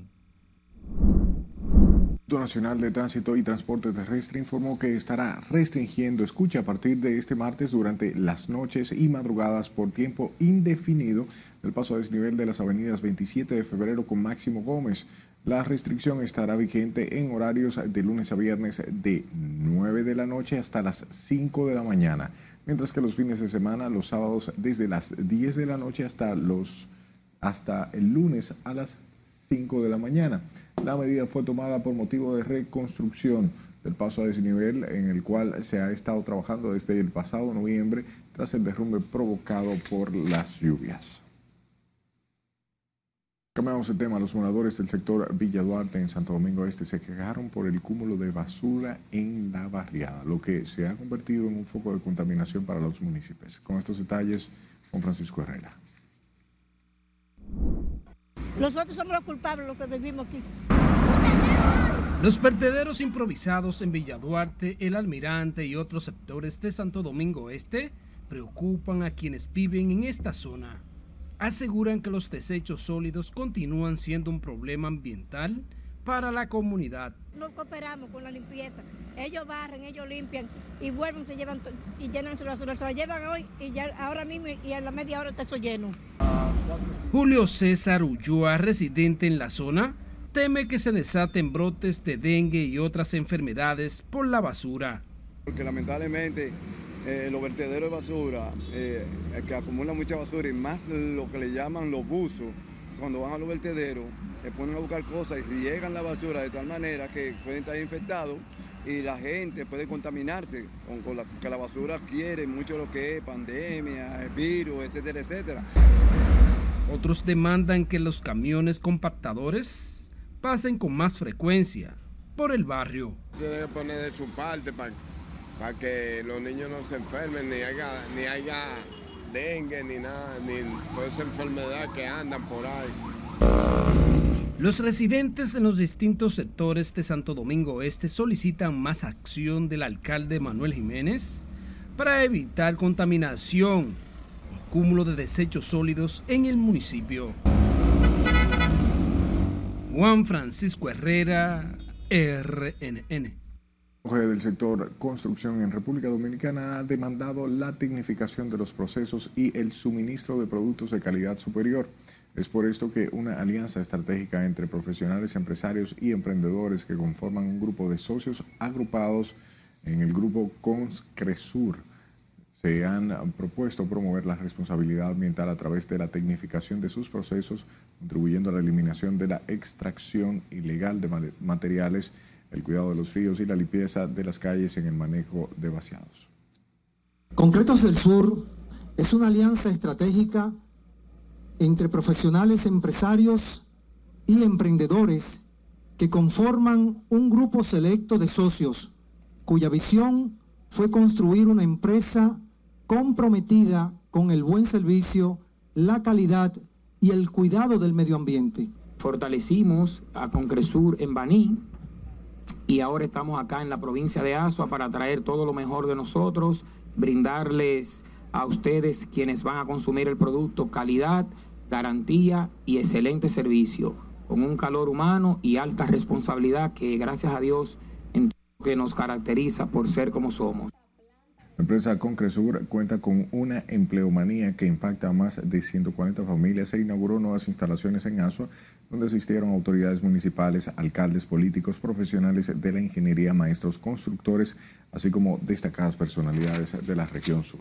El Instituto Nacional de Tránsito y Transporte Terrestre informó que estará restringiendo escucha a partir de este martes durante las noches y madrugadas por tiempo indefinido el paso a desnivel de las avenidas veintisiete de febrero con Máximo Gómez. La restricción estará vigente en horarios de lunes a viernes de nueve de la noche hasta las cinco de la mañana, mientras que los fines de semana, los sábados desde las diez de la noche hasta, los, hasta el lunes a las cinco de la mañana. La medida fue tomada por motivo de reconstrucción del paso a desnivel en el cual se ha estado trabajando desde el pasado noviembre tras el derrumbe provocado por las lluvias. Cambiamos el tema. Los moradores del sector Villa Duarte en Santo Domingo Este se quejaron por el cúmulo de basura en la barriada, lo que se ha convertido en un foco de contaminación para los municipios. Con estos detalles, Juan Francisco Herrera. Nosotros somos los culpables, los que vivimos aquí. Los vertederos improvisados en Villa Duarte, El Almirante y otros sectores de Santo Domingo Este preocupan a quienes viven en esta zona. Aseguran que los desechos sólidos continúan siendo un problema ambiental para la comunidad. No cooperamos con la limpieza. Ellos barren, ellos limpian y vuelven, se llevan y llenan su basura. Se la llevan hoy y ya ahora mismo y a la media hora está eso lleno. Julio César Ulloa, residente en la zona, teme que se desaten brotes de dengue y otras enfermedades por la basura. Porque lamentablemente eh, los vertederos de basura, eh, que acumulan mucha basura y más lo que le llaman los buzos, cuando van a los vertederos, se ponen a buscar cosas y riegan la basura de tal manera que pueden estar infectados y la gente puede contaminarse con, con la, que la basura quiere mucho lo que es pandemia, virus, etcétera, etcétera. Otros demandan que los camiones compactadores pasen con más frecuencia por el barrio. Debe poner de su parte para, para que los niños no se enfermen, ni haya, ni haya dengue, ni nada, ni toda esa enfermedad que andan por ahí. Los residentes en los distintos sectores de Santo Domingo Este solicitan más acción del alcalde Manuel Jiménez para evitar contaminación cúmulo de desechos sólidos en el municipio. Juan Francisco Herrera, R N N. El jefe del sector construcción en República Dominicana ha demandado la tecnificación de los procesos y el suministro de productos de calidad superior. Es por esto que una alianza estratégica entre profesionales, empresarios y emprendedores que conforman un grupo de socios agrupados en el grupo Concresur se han propuesto promover la responsabilidad ambiental a través de la tecnificación de sus procesos, contribuyendo a la eliminación de la extracción ilegal de materiales, el cuidado de los ríos y la limpieza de las calles en el manejo de vaciados. Concretos del Sur es una alianza estratégica entre profesionales, empresarios y emprendedores que conforman un grupo selecto de socios cuya visión fue construir una empresa comprometida con el buen servicio, la calidad y el cuidado del medio ambiente. Fortalecimos a Concresur en Baní y ahora estamos acá en la provincia de Azua para traer todo lo mejor de nosotros, brindarles a ustedes quienes van a consumir el producto calidad, garantía y excelente servicio, con un calor humano y alta responsabilidad que gracias a Dios en todo lo que nos caracteriza por ser como somos. La empresa Concresur cuenta con una empleomanía que impacta a más de ciento cuarenta familias e inauguró nuevas instalaciones en Azua, donde asistieron autoridades municipales, alcaldes, políticos, profesionales de la ingeniería, maestros, constructores, así como destacadas personalidades de la región sur.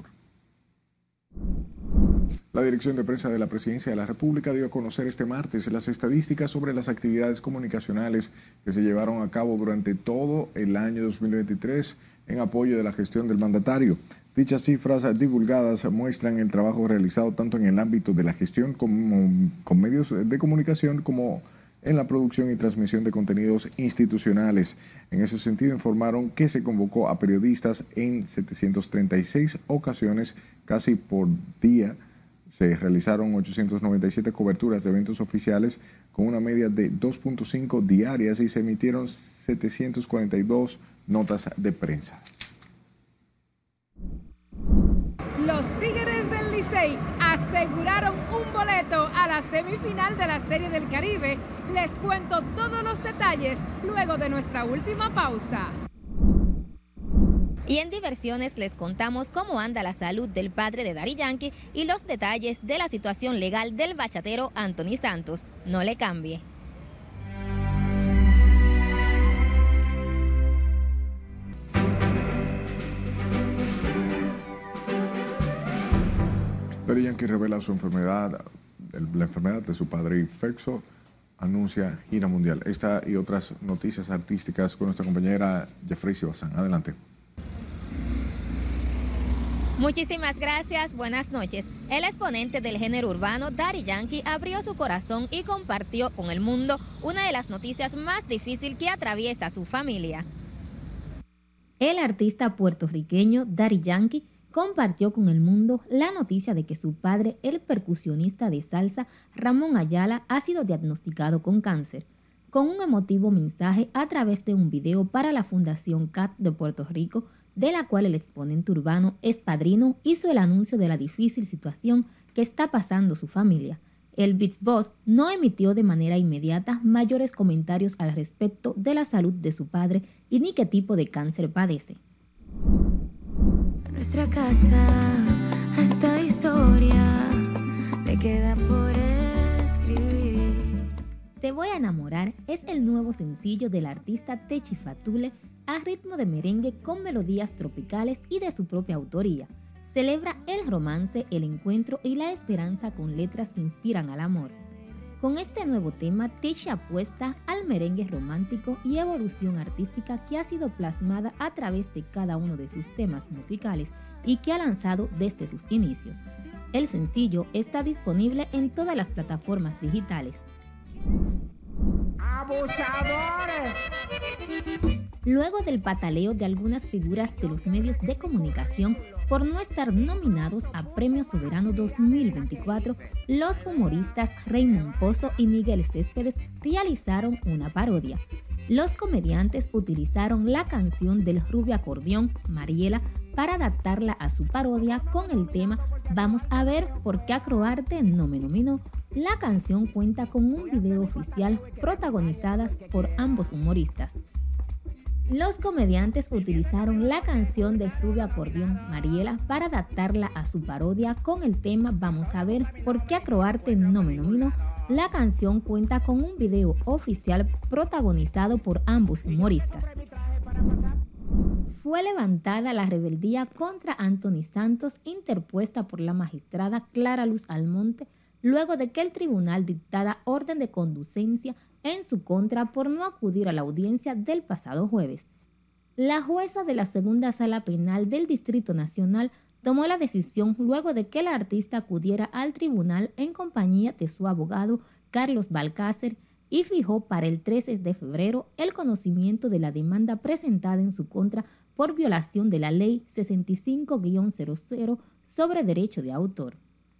La Dirección de Prensa de la Presidencia de la República dio a conocer este martes las estadísticas sobre las actividades comunicacionales que se llevaron a cabo durante todo el año dos mil veintitrés en apoyo de la gestión del mandatario. Dichas cifras divulgadas muestran el trabajo realizado tanto en el ámbito de la gestión como con medios de comunicación como en la producción y transmisión de contenidos institucionales. En ese sentido, informaron que se convocó a periodistas en setecientas treinta y seis ocasiones, casi por día, Se realizaron ochocientas noventa y siete coberturas de eventos oficiales con una media de dos punto cinco diarias y se emitieron setecientas cuarenta y dos notas de prensa. Los Tigres del Licey aseguraron un boleto a la semifinal de la Serie del Caribe. Les cuento todos los detalles luego de nuestra última pausa. Y en diversiones les contamos cómo anda la salud del padre de Daddy Yankee y los detalles de la situación legal del bachatero Anthony Santos. No le cambie. Daddy Yankee revela su enfermedad, la enfermedad de su padre, y Fercho anuncia gira mundial. Esta y otras noticias artísticas con nuestra compañera Jeffrey Bazán. Adelante. Muchísimas gracias, buenas noches. El exponente del género urbano, Daddy Yankee, abrió su corazón y compartió con el mundo una de las noticias más difíciles que atraviesa su familia. El artista puertorriqueño Daddy Yankee compartió con el mundo la noticia de que su padre, el percusionista de salsa Ramón Ayala, ha sido diagnosticado con cáncer. Con un emotivo mensaje a través de un video para la Fundación C A T de Puerto Rico, de la cual el exponente urbano es padrino, hizo el anuncio de la difícil situación que está pasando su familia. El Beats Boss no emitió de manera inmediata mayores comentarios al respecto de la salud de su padre y ni qué tipo de cáncer padece. Nuestra casa, esta historia le queda por escribir. Te voy a enamorar es el nuevo sencillo del artista Techi Fatule, a ritmo de merengue con melodías tropicales y de su propia autoría. Celebra el romance, el encuentro y la esperanza con letras que inspiran al amor. Con este nuevo tema, Techi apuesta al merengue romántico y evolución artística que ha sido plasmada a través de cada uno de sus temas musicales y que ha lanzado desde sus inicios. El sencillo está disponible en todas las plataformas digitales. ¡Abusadores! Luego del pataleo de algunas figuras de los medios de comunicación por no estar nominados a Premio Soberano dos mil veinticuatro, los humoristas Raymond Pozo y Miguel Céspedes realizaron una parodia. Los comediantes utilizaron la canción del rubio acordeón, Mariela, para adaptarla a su parodia con el tema Vamos a ver por qué Acroarte no me nominó. La canción cuenta con un video oficial protagonizada por ambos humoristas. Los comediantes utilizaron la canción del rubio acordeón Mariela para adaptarla a su parodia con el tema Vamos a ver por qué Acroarte no me nominó. La canción cuenta con un video oficial protagonizado por ambos humoristas. Fue levantada la rebeldía contra Anthony Santos interpuesta por la magistrada Clara Luz Almonte luego de que el tribunal dictara orden de conducencia en su contra por no acudir a la audiencia del pasado jueves. La jueza de la segunda sala penal del Distrito Nacional tomó la decisión luego de que el artista acudiera al tribunal en compañía de su abogado Carlos Balcácer y fijó para el trece de febrero el conocimiento de la demanda presentada en su contra por violación de la Ley sesenta y cinco guion cero cero sobre derecho de autor.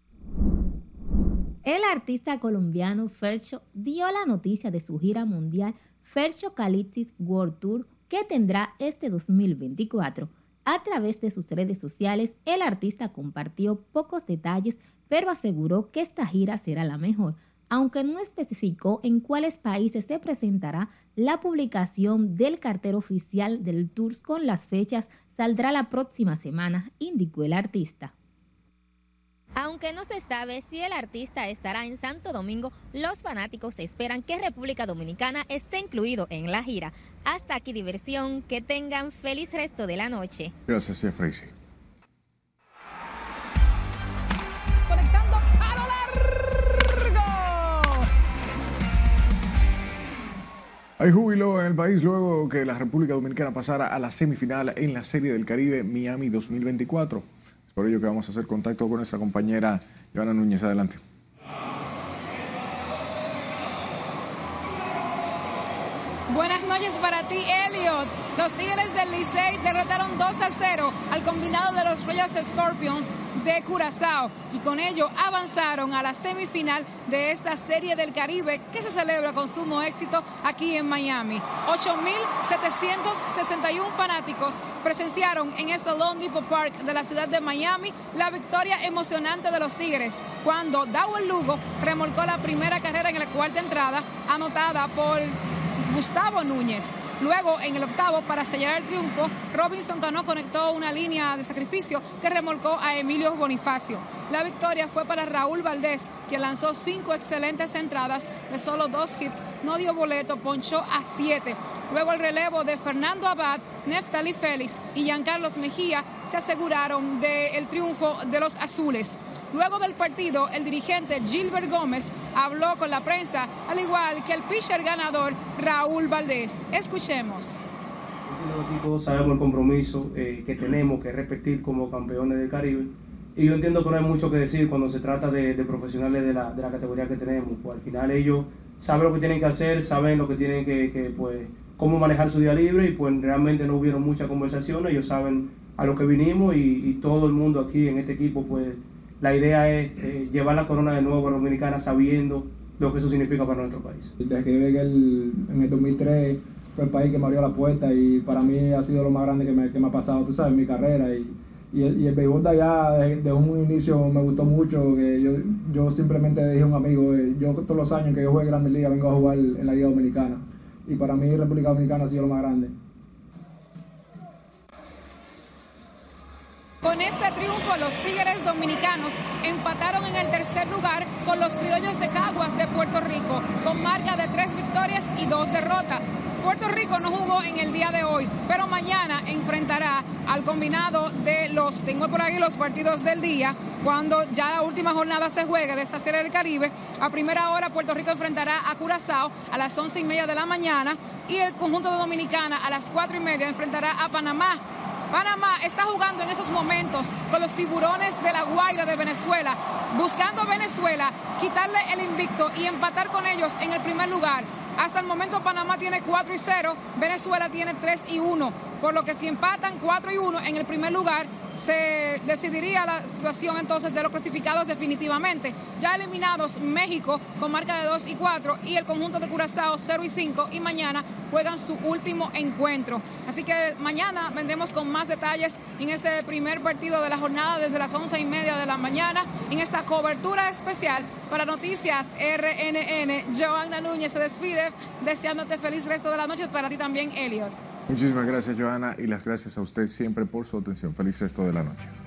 El artista colombiano Fercho dio la noticia de su gira mundial Fercho Calipsis World Tour que tendrá este dos mil veinticuatro. A través de sus redes sociales, el artista compartió pocos detalles, pero aseguró que esta gira será la mejor. Aunque no especificó en cuáles países se presentará, la publicación del cartel oficial del tour con las fechas saldrá la próxima semana, indicó el artista. Aunque no se sabe si el artista estará en Santo Domingo, los fanáticos esperan que República Dominicana esté incluido en la gira. Hasta aquí diversión, que tengan feliz resto de la noche. Gracias, Jeffrey. Conectando a lo largo. Hay júbilo en el país luego que la República Dominicana pasara a la semifinal en la Serie del Caribe Miami dos mil veinticuatro. Por ello que vamos a hacer contacto con nuestra compañera Ivana Núñez. Adelante. Buenas noches. noches para ti, Elliot. Los Tigres del Licey derrotaron dos a cero al combinado de los Royal Scorpions de Curazao y con ello avanzaron a la semifinal de esta Serie del Caribe que se celebra con sumo éxito aquí en Miami. ocho mil setecientos sesenta y uno fanáticos presenciaron en este Lone Depot Park de la ciudad de Miami la victoria emocionante de los Tigres cuando Dawel Lugo remolcó la primera carrera en la cuarta entrada anotada por Gustavo Núñez. Luego, en el octavo, para sellar el triunfo, Robinson Cano conectó una línea de sacrificio que remolcó a Emilio Bonifacio. La victoria fue para Raúl Valdés, quien lanzó cinco excelentes entradas de solo dos hits, no dio boleto, ponchó a siete. Luego el relevo de Fernando Abad, Neftali Félix y Giancarlos Mejía se aseguraron del triunfo de los azules. Luego del partido, el dirigente Gilbert Gómez habló con la prensa, al igual que el pitcher ganador Raúl Valdés. Escuchemos. Aquí todos sabemos el compromiso eh, que tenemos que repetir como campeones del Caribe. Y yo entiendo que no hay mucho que decir cuando se trata de, de profesionales de la, de la categoría que tenemos. Pues al final ellos saben lo que tienen que hacer, saben lo que tienen que, que pues, cómo manejar su día libre y pues realmente no hubieron muchas conversaciones. Ellos saben a lo que vinimos y, y todo el mundo aquí en este equipo pues la idea es eh, llevar la corona de nuevo a la Dominicana sabiendo lo que eso significa para nuestro país. Desde que llegué el, en el dos mil tres fue el país que me abrió la puerta y para mí ha sido lo más grande que me, que me ha pasado, tú sabes, en mi carrera. Y, y, el, y el béisbol de allá, de, de un inicio me gustó mucho, que yo, yo simplemente dije a un amigo, eh, yo todos los años que yo juegue Grandes Ligas vengo a jugar en la Liga Dominicana. Y para mí República Dominicana ha sido lo más grande. Con este triunfo, los Tigres dominicanos empataron en el tercer lugar con los Criollos de Caguas de Puerto Rico, con marca de tres victorias y dos derrotas. Puerto Rico no jugó en el día de hoy, pero mañana enfrentará al combinado de los, tengo por ahí los partidos del día, cuando ya la última jornada se juegue de esta Serie del Caribe. A primera hora Puerto Rico enfrentará a Curazao a las once y media de la mañana y el conjunto de Dominicana a las cuatro y media enfrentará a Panamá. Panamá está jugando en esos momentos con los Tiburones de la Guaira de Venezuela, buscando a Venezuela quitarle el invicto y empatar con ellos en el primer lugar. Hasta el momento Panamá tiene cuatro y cero, Venezuela tiene tres y uno, por lo que si empatan cuatro y uno en el primer lugar, se decidiría la situación entonces de los clasificados definitivamente. Ya eliminados México con marca de dos y cuatro y el conjunto de Curazao cero y cinco y mañana juegan su último encuentro. Así que mañana vendremos con más detalles en este primer partido de la jornada desde las once y media de la mañana en esta cobertura especial para Noticias R N N. Johanna Núñez se despide deseándote feliz resto de la noche, para ti también, Elliot. Muchísimas gracias, Johanna, y las gracias a usted siempre por su atención. Feliz resto de la noche.